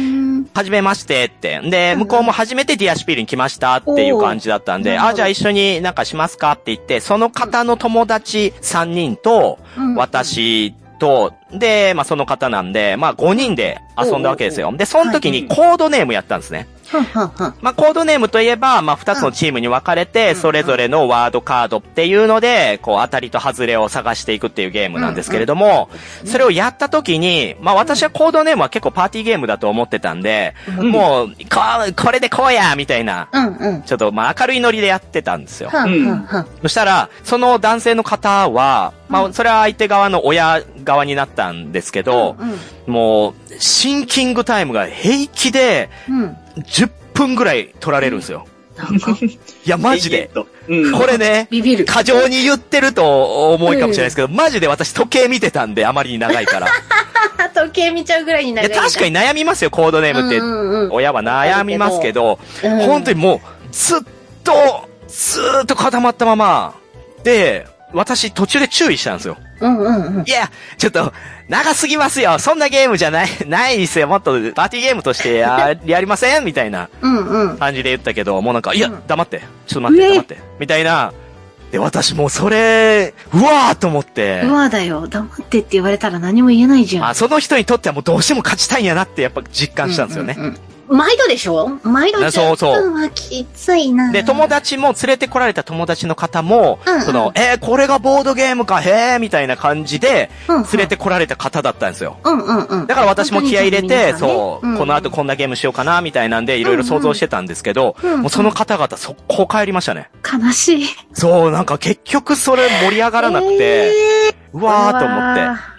はじめましてって。で、向こうも初めてディアシュピールに来ましたっていう感じだったんで、あ、じゃあ一緒になんかしますかって言って、その方の友達さんにんと、私と、で、まあ、その方なんで、まあ、ごにんで遊んだわけですよ。で、その時にコードネームやったんですね。まあ、コードネームといえば、まあ、二つのチームに分かれて、それぞれのワードカードっていうので、こう、当たりと外れを探していくっていうゲームなんですけれども、それをやった時に、まあ、私はコードネームは結構パーティーゲームだと思ってたんで、もう、こ、これでこうやみたいな、ちょっと、まあ、明るいノリでやってたんですよ。そしたら、その男性の方は、まあ、それは相手側の親側になったんですけど、もう、シンキングタイムが平気で、じゅっぷんぐらい取られるんですよ。いや、マジで。うん、これね、過剰に言ってると思いかもしれないですけど、うん、マジで私時計見てたんで、あまりに長いから。 時計見ちゃうぐらいに長い。いや、 確かに悩みますよ、コードネームって。うんうんうん、親は悩みますけど、うん、本当にもう、ずっと、ずーっと固まったまま、で、私途中で注意したんですよ。 うんうんうん。 いや、ちょっと、長すぎますよ。そんなゲームじゃない、ないですよ。もっとパーティーゲームとしてや、やりませんみたいな感じで言ったけど、もうなんか、いや、黙って。ちょっと待って、黙って。みたいな。で、私もうそれ、うわーと思って。 うわーだよ。黙ってって言われたら何も言えないじゃん。 あ、その人にとってはもうどうしても勝ちたいんやなってやっぱ実感したんですよね。うんうんうん、 毎度でしょ毎度そうそう。 はきついな。 で、友達も連れて来られた友達の方も、うんうん、その、えー、これがボードゲームか、へーみたいな感じで、連れて来られた方だったんですよ。 うんうんうん。 だから私も気合い入れて、ね、そう、うんうん、この後こんなゲームしようかな、みたいなんで、いろいろ想像してたんですけど、うんうん、もうその方々速攻帰りましたね。 悲しい。 そう、なんか結局それ盛り上がらなくて、えー、うわーと思って。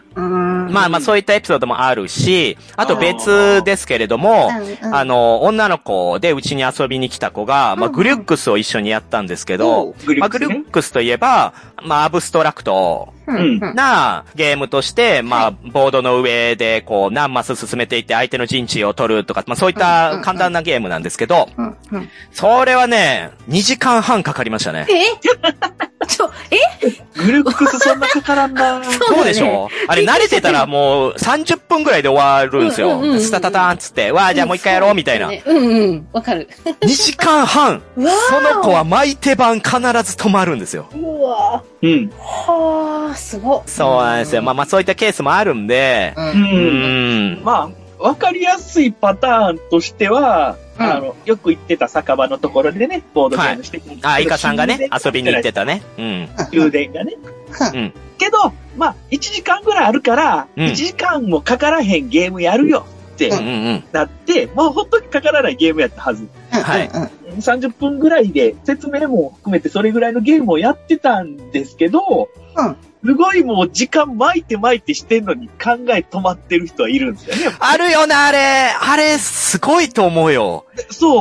まあまあそういったエピソードもあるし、あと別ですけれども、うんうん、あの、女の子でうちに遊びに来た子が、まあグリュックスを一緒にやったんですけど、うんうん、まあグリュックスといえば、まあアブストラクトなゲームとして、まあボードの上でこう何マス進めていって相手の陣地を取るとか、まあそういった簡単なゲームなんですけど、それはね、にじかんはんかかりましたね。 えちょ、えグルックスそんなかからんなそうでしょあれ慣れてたらもうさんじゅっぷんぐらいで終わるんですよ。スタタタンつって、わーじゃあもう一回やろうみたいな。 うんうん、わかる。 にじかんはんその子は巻いて版必ず止まるんですよ。 うわうん。 はー、すご。 そうなんですよ。まあまあそういったケースもあるんで。 うん。うんまあ、わかりやすいパターンとしては、うん、あの、よく行ってた酒場のところでね、ボードゲームしてくる。 はい、あ、イカさんがね、遊びに行ってたね。うん。 充電がね。うん。けど、まあ、いちじかんぐらいあるから、うん、いちじかんもかからへんゲームやるよってなって、うんうん、まあ、本当にかからないゲームやったはず。 はい。 さんじゅっぷんぐらいで説明も含めてそれぐらいのゲームをやってたんですけど、うん。すごいもう時間巻いて巻いてしてんのに考え止まってる人はいるんですよね。 あるよな、あれ。あれ、すごいと思うよ。 そう。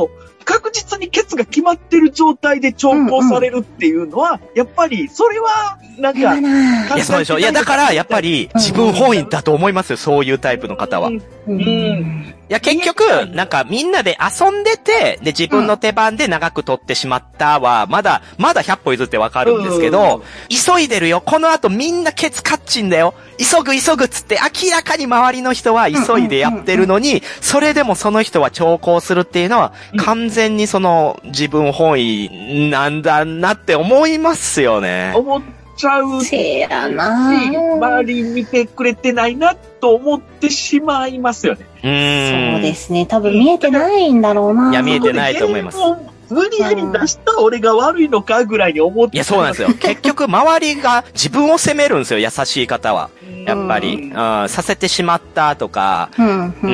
確実にケツが決まってる状態で調校されるっていうのは、うんうん、やっぱり、それは、なんか、 いや、そうでしょ。いや、だから、やっぱり、自分本位だと思いますよ、そういうタイプの方は。うん。うん、いや、結局、なんか、みんなで遊んでて、で、自分の手番で長く取ってしまったは、まだ、まだひゃっぽ譲ってわかるんですけど、急いでるよ。この後みんなケツカッチンだよ。急ぐ急ぐっつって、明らかに周りの人は急いでやってるのに、それでもその人は長考するっていうのは、完全にその、自分本位なんだなって思いますよね。 思っちゃうし、 せやな周り見てくれてないなと思ってしまいますよね。 うーん。 そうですね。多分見えてないんだろうな。 いや、見えてないと思います。 無理やり出した俺が悪いのかぐらいに思って。 いや、そうなんですよ。結局、周りが自分を責めるんですよ、優しい方は。やっぱり、うん、させてしまったとか。うん、うん。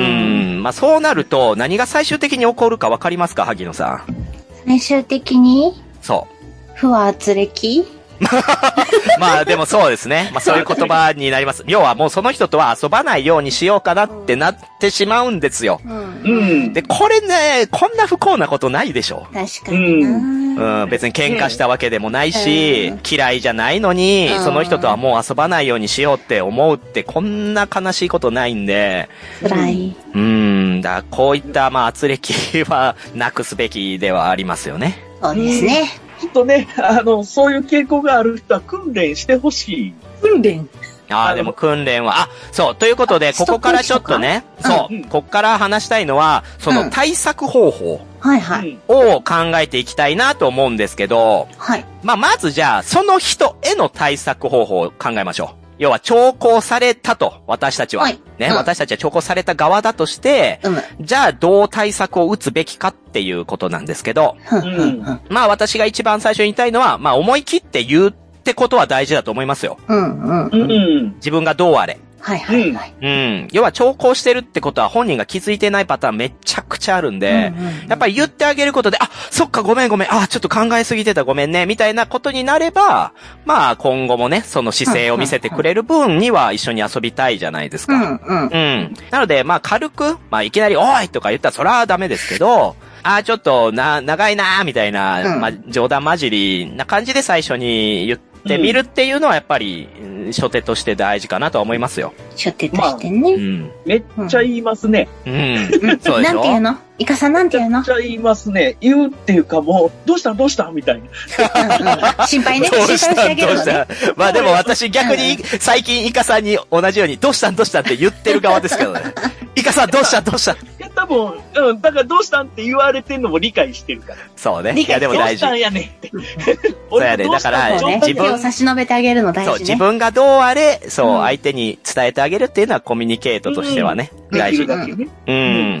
まあ、そうなると、何が最終的に起こるかわかりますか、萩野さん。 最終的にそう。 不は圧力まあでもそうですね。まあそういう言葉になります。要はもうその人とは遊ばないようにしようかなってなってしまうんですよ。うん。で、これね、こんな不幸なことないでしょ。 確かにな。 うん。別に喧嘩したわけでもないし、うん、嫌いじゃないのに、うん、その人とはもう遊ばないようにしようって思うってこんな悲しいことないんで。 辛い。 うん。だからこういったまあ圧力はなくすべきではありますよね。 そうですね。 ちょっとね、あの、そういう傾向がある人は訓練してほしい。 訓練ああ、でも訓練は、あ、そう、ということで、ここからちょっとね、そう、うん、ここから話したいのは、その対策方法。 はいはい。 を考えていきたいなと思うんですけど、はい。まあ、まずじゃあ、その人への対策方法を考えましょう。要は、聴講されたと、私たちは。はい、ね、うん、私たちは聴講された側だとして、うん、じゃあ、どう対策を打つべきかっていうことなんですけど、うん、まあ、私が一番最初に言いたいのは、まあ、思い切って言うってことは大事だと思いますよ。うんうんうん、自分がどうあれ。はいはいはい。うん。要は、聴講してるってことは本人が気づいてないパターンめちゃくちゃあるんで、うんうんうん、やっぱり言ってあげることで、あ、そっかごめんごめん、あ、ちょっと考えすぎてたごめんね、みたいなことになれば、まあ今後もね、その姿勢を見せてくれる分には一緒に遊びたいじゃないですか。うんうん。うん。なので、まあ軽く、まあいきなり、おいとか言ったらそらダメですけど、あ、ちょっとな、長いなみたいな、うん、まあ冗談交じりな感じで最初に言って、で、見るっていうのはやっぱり、初手として大事かなとは思いますよ。 初手としてね。まあ、うん。 めっちゃ言いますね。 うん。うん、そうでしょ。 なんて言うのイカさんなんて言うのめっちゃ言いますね。言うっていうかもう、どうしたどうしたみたいな。心配ね。心配してあげるのね。 まあでも私逆に最近イカさんに同じように、どうしたんどうしたんって言ってる側ですけどね。イカさんどうしたどうしたいや多分、うん、だからどうしたんって言われてんのも理解してるから。 そうね。いやでも大事。 どうしたんやねんって。 そうやね。だから、 自分を差し伸べてあげるの大事ね。そう、 自分がどうあれ、そう、相手に伝えてあげるっていうのはコミュニケートとしてはね、大事だけどね。うん。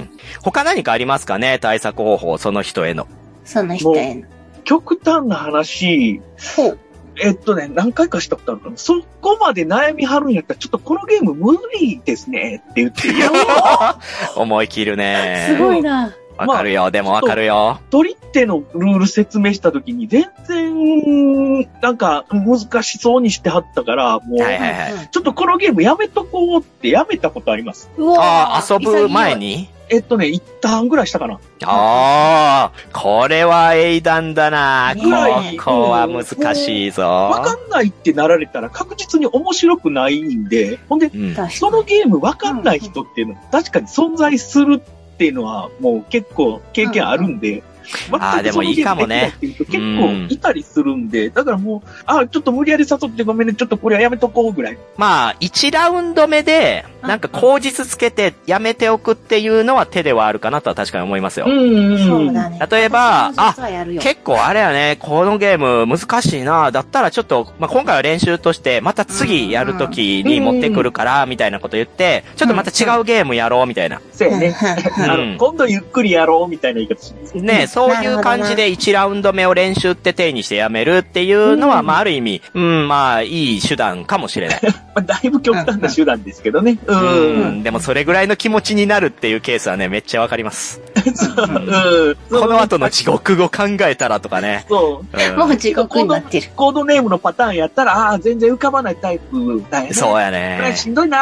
他何かありますかね対策方法、その人への。 その人への。 極端な話、えっとね、何回かしたことあるから、そこまで悩みはるんやったら、ちょっとこのゲーム無理ですねって言って、 思い切るね。 すごいな。 わかるよ、まあ、でもわかるよ。 取り手のルール説明したときに、全然、なんか、難しそうにしてはったから、もう、はいはいはい、ちょっとこのゲームやめとこうってやめたことあります。 ああ、遊ぶ前にえっとね、一ターンぐらいしたかな。 ああ、これは英断だな。ここは難しいぞ。 わかんないってなられたら確実に面白くないんで、ほんで、うん、そのゲームわかんない人っていうのは確かに存在するっていうのはもう結構経験あるんで、 ああ、でもいいかもね。 結構いたりするんで、だからもう、ああ、ちょっと無理やり誘ってごめんね、ちょっとこれはやめとこうぐらい。 まあ、いちラウンド目で、なんか口実つけてやめておくっていうのは手ではあるかなとは確かに思いますよ。うんそうだね。例えば、あ、結構あれやね、このゲーム難しいな、だったらちょっと、まあ今回は練習として、また次やるときに持ってくるから、みたいなこと言って、ちょっとまた違うゲームやろう、みたいな。 そうやね。あの、今度ゆっくりやろう、みたいな言い方します。 ね、そういう感じでいちラウンド目を練習って手にしてやめるっていうのは、まあある意味、うん、まあいい手段かもしれない。まあだいぶ極端な手段ですけどね。 うん。うん、でもそれぐらいの気持ちになるっていうケースはね、めっちゃわかります。うん、この後の地獄を考えたらとかね。 そう。うん、もう地獄になってる。 コードネームのパターンやったら、ああ、全然浮かばないタイプだよね。 そうやね。 これしんどいなって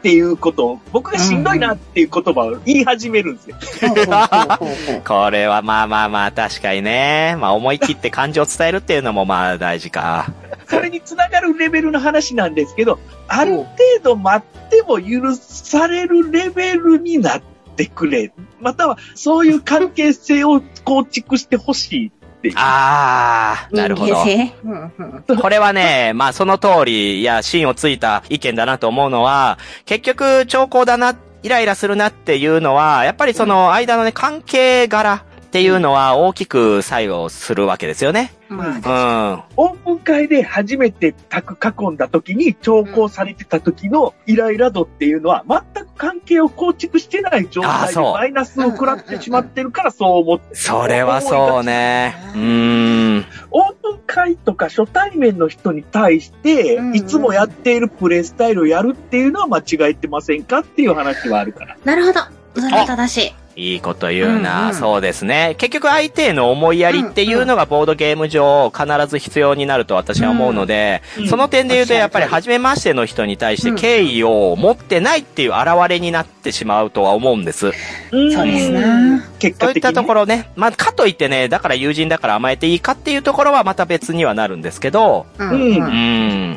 っていうことを、僕がしんどいなっていう言葉を言い始めるんですよ。 これはまあまあまあ確かにね。まあ思い切って感情を伝えるっていうのもまあ大事か。 それにつながるレベルの話なんですけど、ある程度待っても許されるレベルになってくれ。またはそういう関係性を構築してほしい。 ああ、なるほど。これはね、まあその通り、いや、芯をついた意見だなと思うのは、結局、長考だな、イライラするなっていうのは、やっぱりその間のね、関係柄っていうのは大きく作用するわけですよね。うん。うん。オープン会で初めて卓囲んだ時に長考されてた時のイライラ度っていうのは全く関係を構築してない状態でマイナスを食らってしまってるからそう思って。 それはそうね。うーん。 オープン会とか初対面の人に対していつもやっているプレイスタイルをやるっていうのは間違えてませんかっていう話はあるから。 なるほど。それは正しい。 いいこと言うな、うんうん、そうですね。結局相手への思いやりっていうのがボードゲーム上必ず必要になると私は思うので、うんうん、その点で言うとやっぱり初めましての人に対して敬意を持ってないっていう現れになってしまうとは思うんです。 うん、そうですね。 結果的に。そういったところね、まあかといってね、だから友人だから甘えていいかっていうところはまた別にはなるんですけど、うん。うん、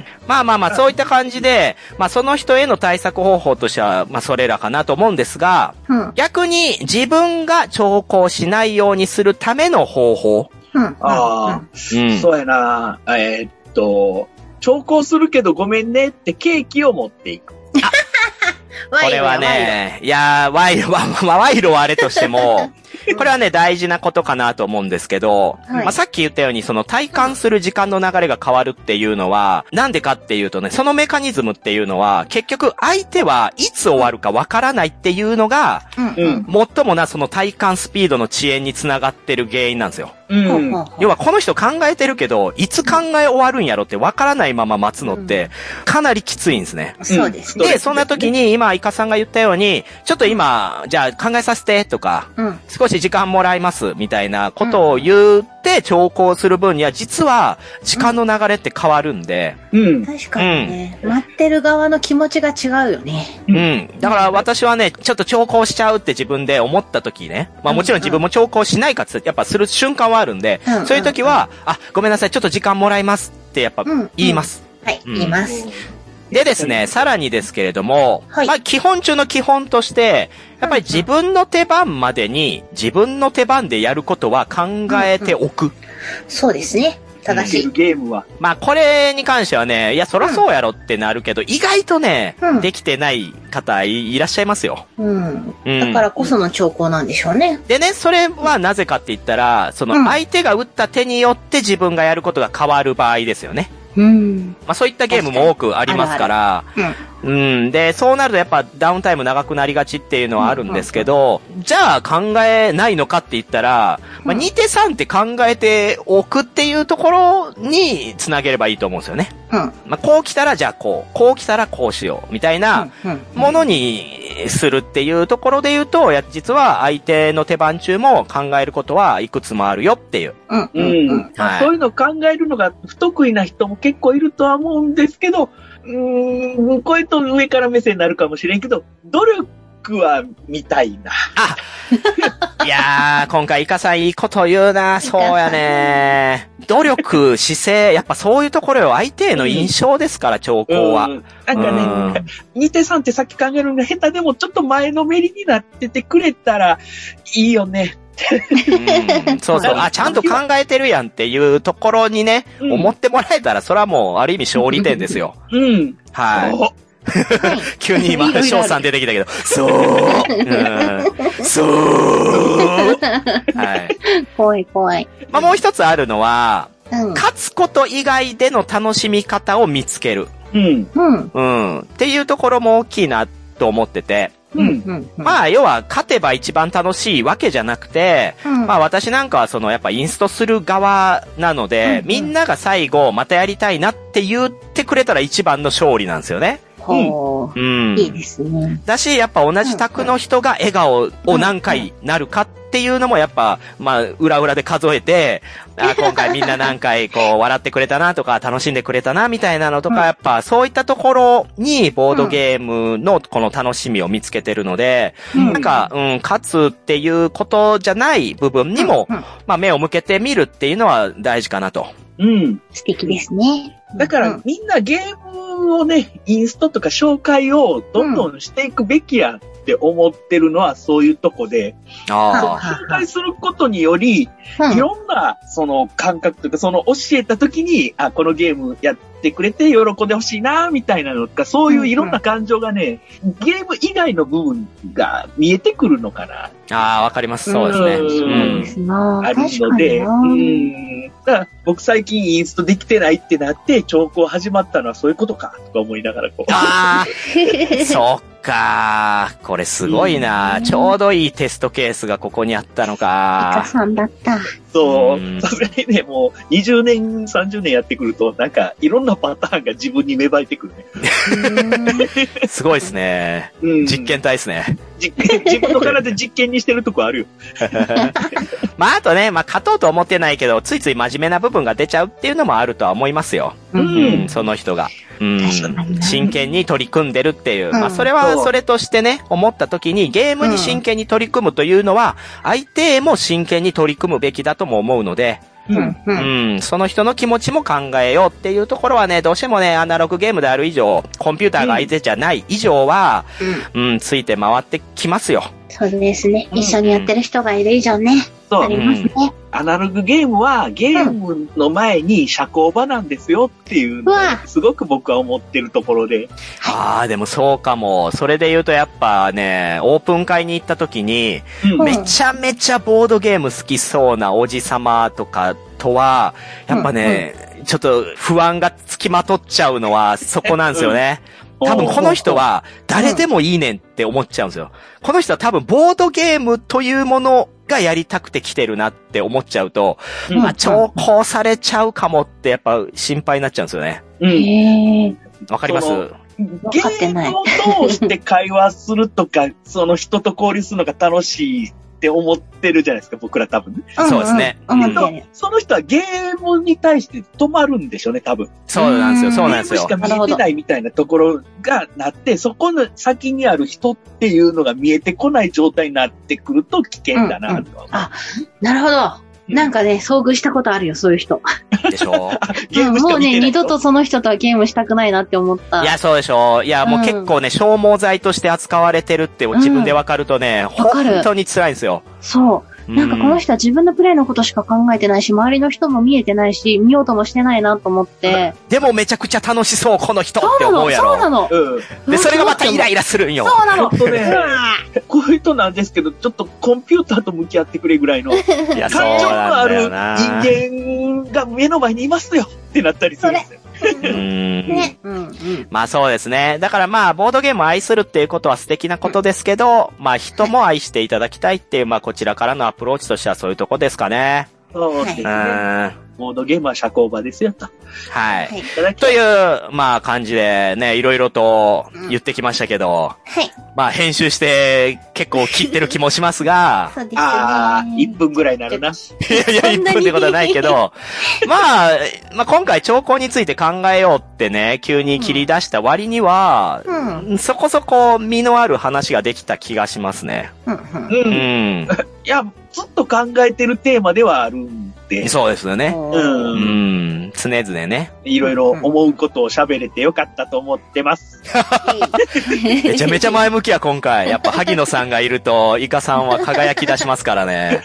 まあまあまあそういった感じで、まあその人への対策方法としては、まあそれらかなと思うんですが、うん、逆に自分が長考しないようにするための方法。 うん、ああ、うん、そうやな。えー、っと、長考するけどごめんねってケーキを持っていく。 これはね、いやー、賄賂は、まあ、賄賂はあれとしても、これはね、大事なことかなと思うんですけど、はい、まあ、さっき言ったように、その体感する時間の流れが変わるっていうのは、なんでかっていうとね、そのメカニズムっていうのは、結局相手はいつ終わるかわからないっていうのが、うん、最もな、その体感スピードの遅延につながってる原因なんですよ。うん、要はこの人考えてるけど、いつ考え終わるんやろってわからないまま待つのって、かなりきついんですね。 そうですね。 で、そんな時に今、イカさんが言ったように、ちょっと今、じゃあ考えさせてとか、うん、少し時間もらいますみたいなことを言って長考する分には、実は時間の流れって変わるんで。 うん。確かにね、うん。待ってる側の気持ちが違うよね。 うん。だから私はね、ちょっと長考しちゃうって自分で思った時ね、まあもちろん自分も長考しないかつやっぱする瞬間はあるんで、うん、そういう時は、うん、あ、ごめんなさい、ちょっと時間もらいますってやっぱ言います。 うんうん、はい、うん、言います。 でですね、さらにですけれども、はい、まあ基本中の基本として、やっぱり自分の手番までに自分の手番でやることは考えておく。うんうん、 そうですね。正しい。 ゲームは。 まあこれに関してはね、いやそらそうやろってなるけど、うん、意外とね、うん、できてない方 い, いらっしゃいますよ。 うん。うん。だからこその兆候なんでしょうね。 でね、それはなぜかって言ったら、その相手が打った手によって自分がやることが変わる場合ですよね。うん。まあそういったゲームも多くありますから、あるあるうん。うん。で、そうなるとやっぱダウンタイム長くなりがちっていうのはあるんですけど、うんうんうん、じゃあ考えないのかって言ったら、まあに手さん手考えておくっていうところにつなげればいいと思うんですよね。うん。まあこう来たらじゃあこう、こう来たらこうしようみたいなものにするっていうところで言うと、や実は相手の手番中も考えることはいくつもあるよっていう。 うん。うん。はい、そういうのを考えるのが不得意な人も結構いるとは思うんですけど、うーん、これと上から目線になるかもしれんけど、努力は見たいな。 あいやー、今回イカさんいいこと言うな。そうやね。努力、姿勢、やっぱそういうところよ。相手への印象ですから、兆候は。うん、 なんかね、に手さんってさっき考えるのが下手でもちょっと前のめりになっててくれたらいいよね。 うん、そうそう。あ、ちゃんと考えてるやんっていうところにね、うん、思ってもらえたら、それはもう、ある意味勝利点ですよ。うん。はい。急に今、翔さん出てきたけど、そう、うん、そう、はい。 怖い怖い。 まあ、もう一つあるのは、うん、勝つこと以外での楽しみ方を見つける。うん。うん。うん。っていうところも大きいなと思ってて、うんうんうん、まあ、要は、勝てば一番楽しいわけじゃなくて、うん、まあ私なんかはその、やっぱインストする側なので、うんうん、みんなが最後、またやりたいなって言ってくれたら一番の勝利なんですよね。 ほう。うん。いいですね。 だし、やっぱ同じ宅の人が笑顔を何回なるかっていうのもやっぱ、まあ、裏裏で数えて、あ今回みんな何回こう笑ってくれたなとか楽しんでくれたなみたいなのとか、やっぱそういったところにボードゲームのこの楽しみを見つけてるので、なんか、うん、勝つっていうことじゃない部分にも、まあ目を向けてみるっていうのは大事かなと。 うん。 素敵ですね。 だからみんなゲームをね、インストとか紹介をどんどんしていくべきやって思ってるのはそういうとこで、あ紹介することにより、いろんなその感覚というか、その教えたときに、あ、このゲームやってくれて喜んでほしいな、みたいなのとか、そういういろんな感情がね、ゲーム以外の部分が見えてくるのかな。 ああ、わかります。そうですね。うん。 あるので、うん。だから僕最近インストできてないってなって、聴講始まったのはそういうことか、とか思いながらこう。ああ、そっかー。これすごいな、うん、ちょうどいいテストケースがここにあったのか。 イカさんだった。 そう。さすがにね、もうにじゅうねん、さんじゅうねんやってくると、なんかいろんなパターンが自分に芽生えてくるね。すごいですね、うん。実験体ですね。 実験、自分の体で実験にしてるとこあるよ。 まああとね、まあ勝とうと思ってないけど、ついつい真面目な部分が出ちゃうっていうのもあるとは思いますよ。うん。うん、その人が。うん。真剣に取り組んでるっていう。うん、まあそれはそれとしてね、思った時にゲームに真剣に取り組むというのは、相手へも真剣に取り組むべきだとも思うので、うん、うん。その人の気持ちも考えようっていうところはね、どうしてもね、アナログゲームである以上、コンピューターが相手じゃない以上は、うん、うん、ついて回ってきますよ。 そうですね。一緒にやってる人がいる以上ね。そう。ありますね、うん。 アナログゲームはゲームの前に社交場なんですよっていうのがすごく僕は思ってるところで。 ああ、でもそうかも。それで言うとやっぱね、オープン会に行った時に、うん、めちゃめちゃボードゲーム好きそうなおじさまとかとは、やっぱね、うんうん、ちょっと不安がつきまとっちゃうのはそこなんですよね。多分この人は誰でもいいねんって思っちゃうんですよ。この人は多分ボードゲームというものがやりたくて来てるなって思っちゃうと、うん、まあ重宝されちゃうかもってやっぱ心配になっちゃうんですよね。うん。わかります？ ゲームを通して会話するとか、その人と交流するのが楽しいって思ってるじゃないですか、僕ら多分。 そうですね。 うんうん、その人はゲームに対して止まるんでしょうね、多分。 そうなんですよ、そうなんですよ。 ゲームしか見えてないみたいなところがなって、そこの先にある人っていうのが見えてこない状態になってくると危険だなと、うんうん。 あ、なるほど。なんかね、遭遇したことあるよ、そういう人。 でしょゲームしか見てない。もうね、二度とその人とはゲームしたくないなって思った。 いや、そうでしょ。いや、もう結構ね、消耗剤として扱われてるって自分で分かるとね、うん、本当に辛いんですよ。 そう。なんかこの人は自分のプレイのことしか考えてないし、周りの人も見えてないし、見ようともしてないなと思って。 でもめちゃくちゃ楽しそう、この人って思うやろ。 そうなの、そうなの。 うん。で、それがまたイライラするんよ。 そうなの。 ちょっとね、こういう人なんですけど、ちょっとコンピューターと向き合ってくれぐらいの、感情のある人間が目の前にいますよってなったりするんですよ。 うんね、うんうん、まあそうですね。だからまあボードゲームを愛するっていうことは素敵なことですけど、まあ人も愛していただきたいっていう、まあこちらからのアプローチとしてはそういうとこですかね。 そうですね。ボードゲームは社交場ですよと。 はい。はい、という、まあ感じでね、いろいろと言ってきましたけど、はい。まあ編集して結構切ってる気もしますが、 そうですね。 ああ、いっぷんぐらいになるな。いやいや、いっぷんってことはないけど、まあ、まあ今回兆候について考えようってね、急に切り出した割には、うん、そこそこ身のある話ができた気がしますね。うん。 うん。いや、ずっと考えてるテーマではあるんで。 そうですよね。うん。うん。常々ね。 いろいろ思うことを喋れてよかったと思ってます。 めちゃめちゃ前向きや、今回。やっぱ、萩野さんがいると、イカさんは輝き出しますからね。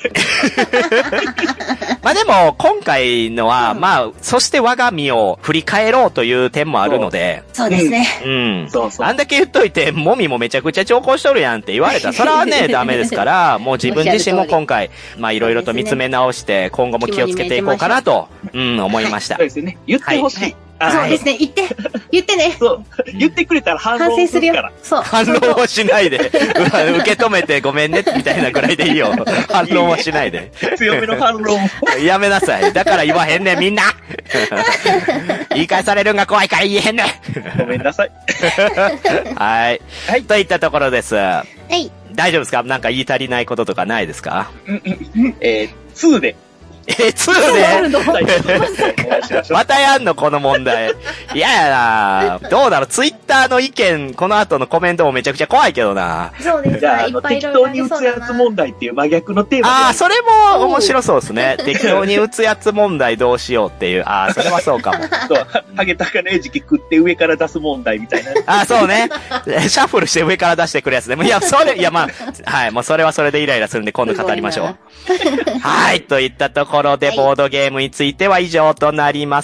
まあでも、今回のは、うん、まあ、そして我が身を振り返ろうという点もあるので。 そうですね。 うん。そうそう。あんだけ言っといて、もみもめちゃくちゃ調校しとるやんって言われたら、それはね、ダメですから、もう自分自身も今回、まあいろいろと見つめ直して、今後も気をつけていこうかなと、うん、思いました。 そうですね。言ってほしい。はい、 そうですね。言って、言ってね。 そう。言ってくれたら反論するから。 そう。 反論をしないで。受け止めてごめんね、みたいなぐらいでいいよ。反論をしないで。 強めの反論。 やめなさい。だから言わへんねん、みんな。言い返されるんが怖いから言えへんねん。 ごめんなさい。 はい。はい。といったところです。はい。 大丈夫ですか？なんか言い足りないこととかないですか？ うんうん。えー、ツーで。 え、ツーでまたやんのこの問題。いややなどうだろうツイッターの意見、この後のコメントもめちゃくちゃ怖いけどな。 そうですね。 じゃあ、あの、適当に打つやつ問題っていう真逆のテーマ。 ああ、それも面白そうですね。適当に打つやつ問題どうしようっていう。ああ、それはそうかも。 そう、ハゲタカの餌食食って上から出す問題みたいな。 ああ、そうね。シャッフルして上から出してくるやつで。いや、それ、いや、まあ、はい、もうそれはそれでイライラするんで今度語りましょう。はい、といったところで、ボードゲームについては以上となります。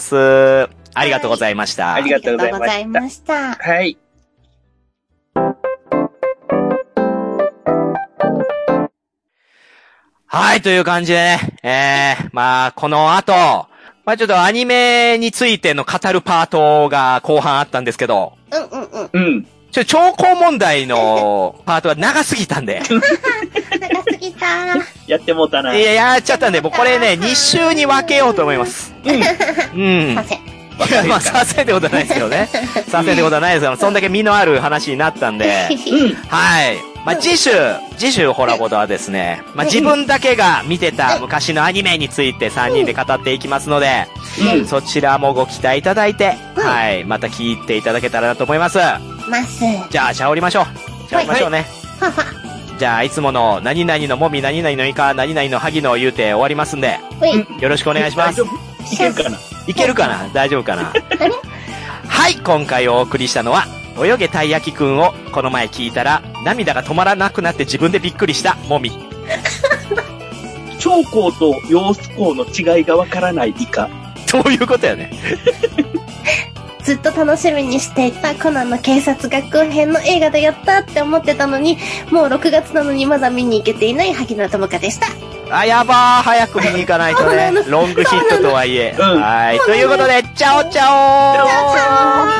ありがとうございました。 ありがとうございました。はい。 はい、という感じでね、えー、まあ、この後、まあちょっとアニメについての語るパートが後半あったんですけど、 うんうんうん。 うん。 ちょ、兆候問題のパートが長すぎたんで。 長すぎたやってもうたな。 いや、やっちゃったんで、もうこれね、に週に分けようと思います。うん。うん。 させ。 いや、まあ、させってことはないですけどね。させってことはないですけど、そんだけ身のある話になったんで。 うん。 はい。まあ、次週、次週ホラボドはですね、まあ、自分だけが見てた昔のアニメについてさんにんで語っていきますので、うん、そちらもご期待いただいて、うん、はい、また聞いていただけたらなと思います。 ます。 じゃあ、じゃあ降りましょう。じゃあ降りましょうね。 はは。 じゃあ、いつもの何々のもみ、何々のイカ、何々の萩の言うて終わりますんで、よろしくお願いします。 いけるかないけるかな大丈夫かなはい、今回お送りしたのは、泳げたい焼きくんをこの前聞いたら涙が止まらなくなって自分でびっくりしたもみ。 長江と揚子江の違いがわからないイカ。 どういうことやね。 ずっと楽しみにしていたコナンの警察学校編の映画でやったって思ってたのに、もうろくがつなのにまだ見に行けていない萩野智香でした。 あ、やばー。早く見に行かないとね。ロングヒットとはいえ。 うん、 はい。ということで、チャオチャオー。 チャオチャオー。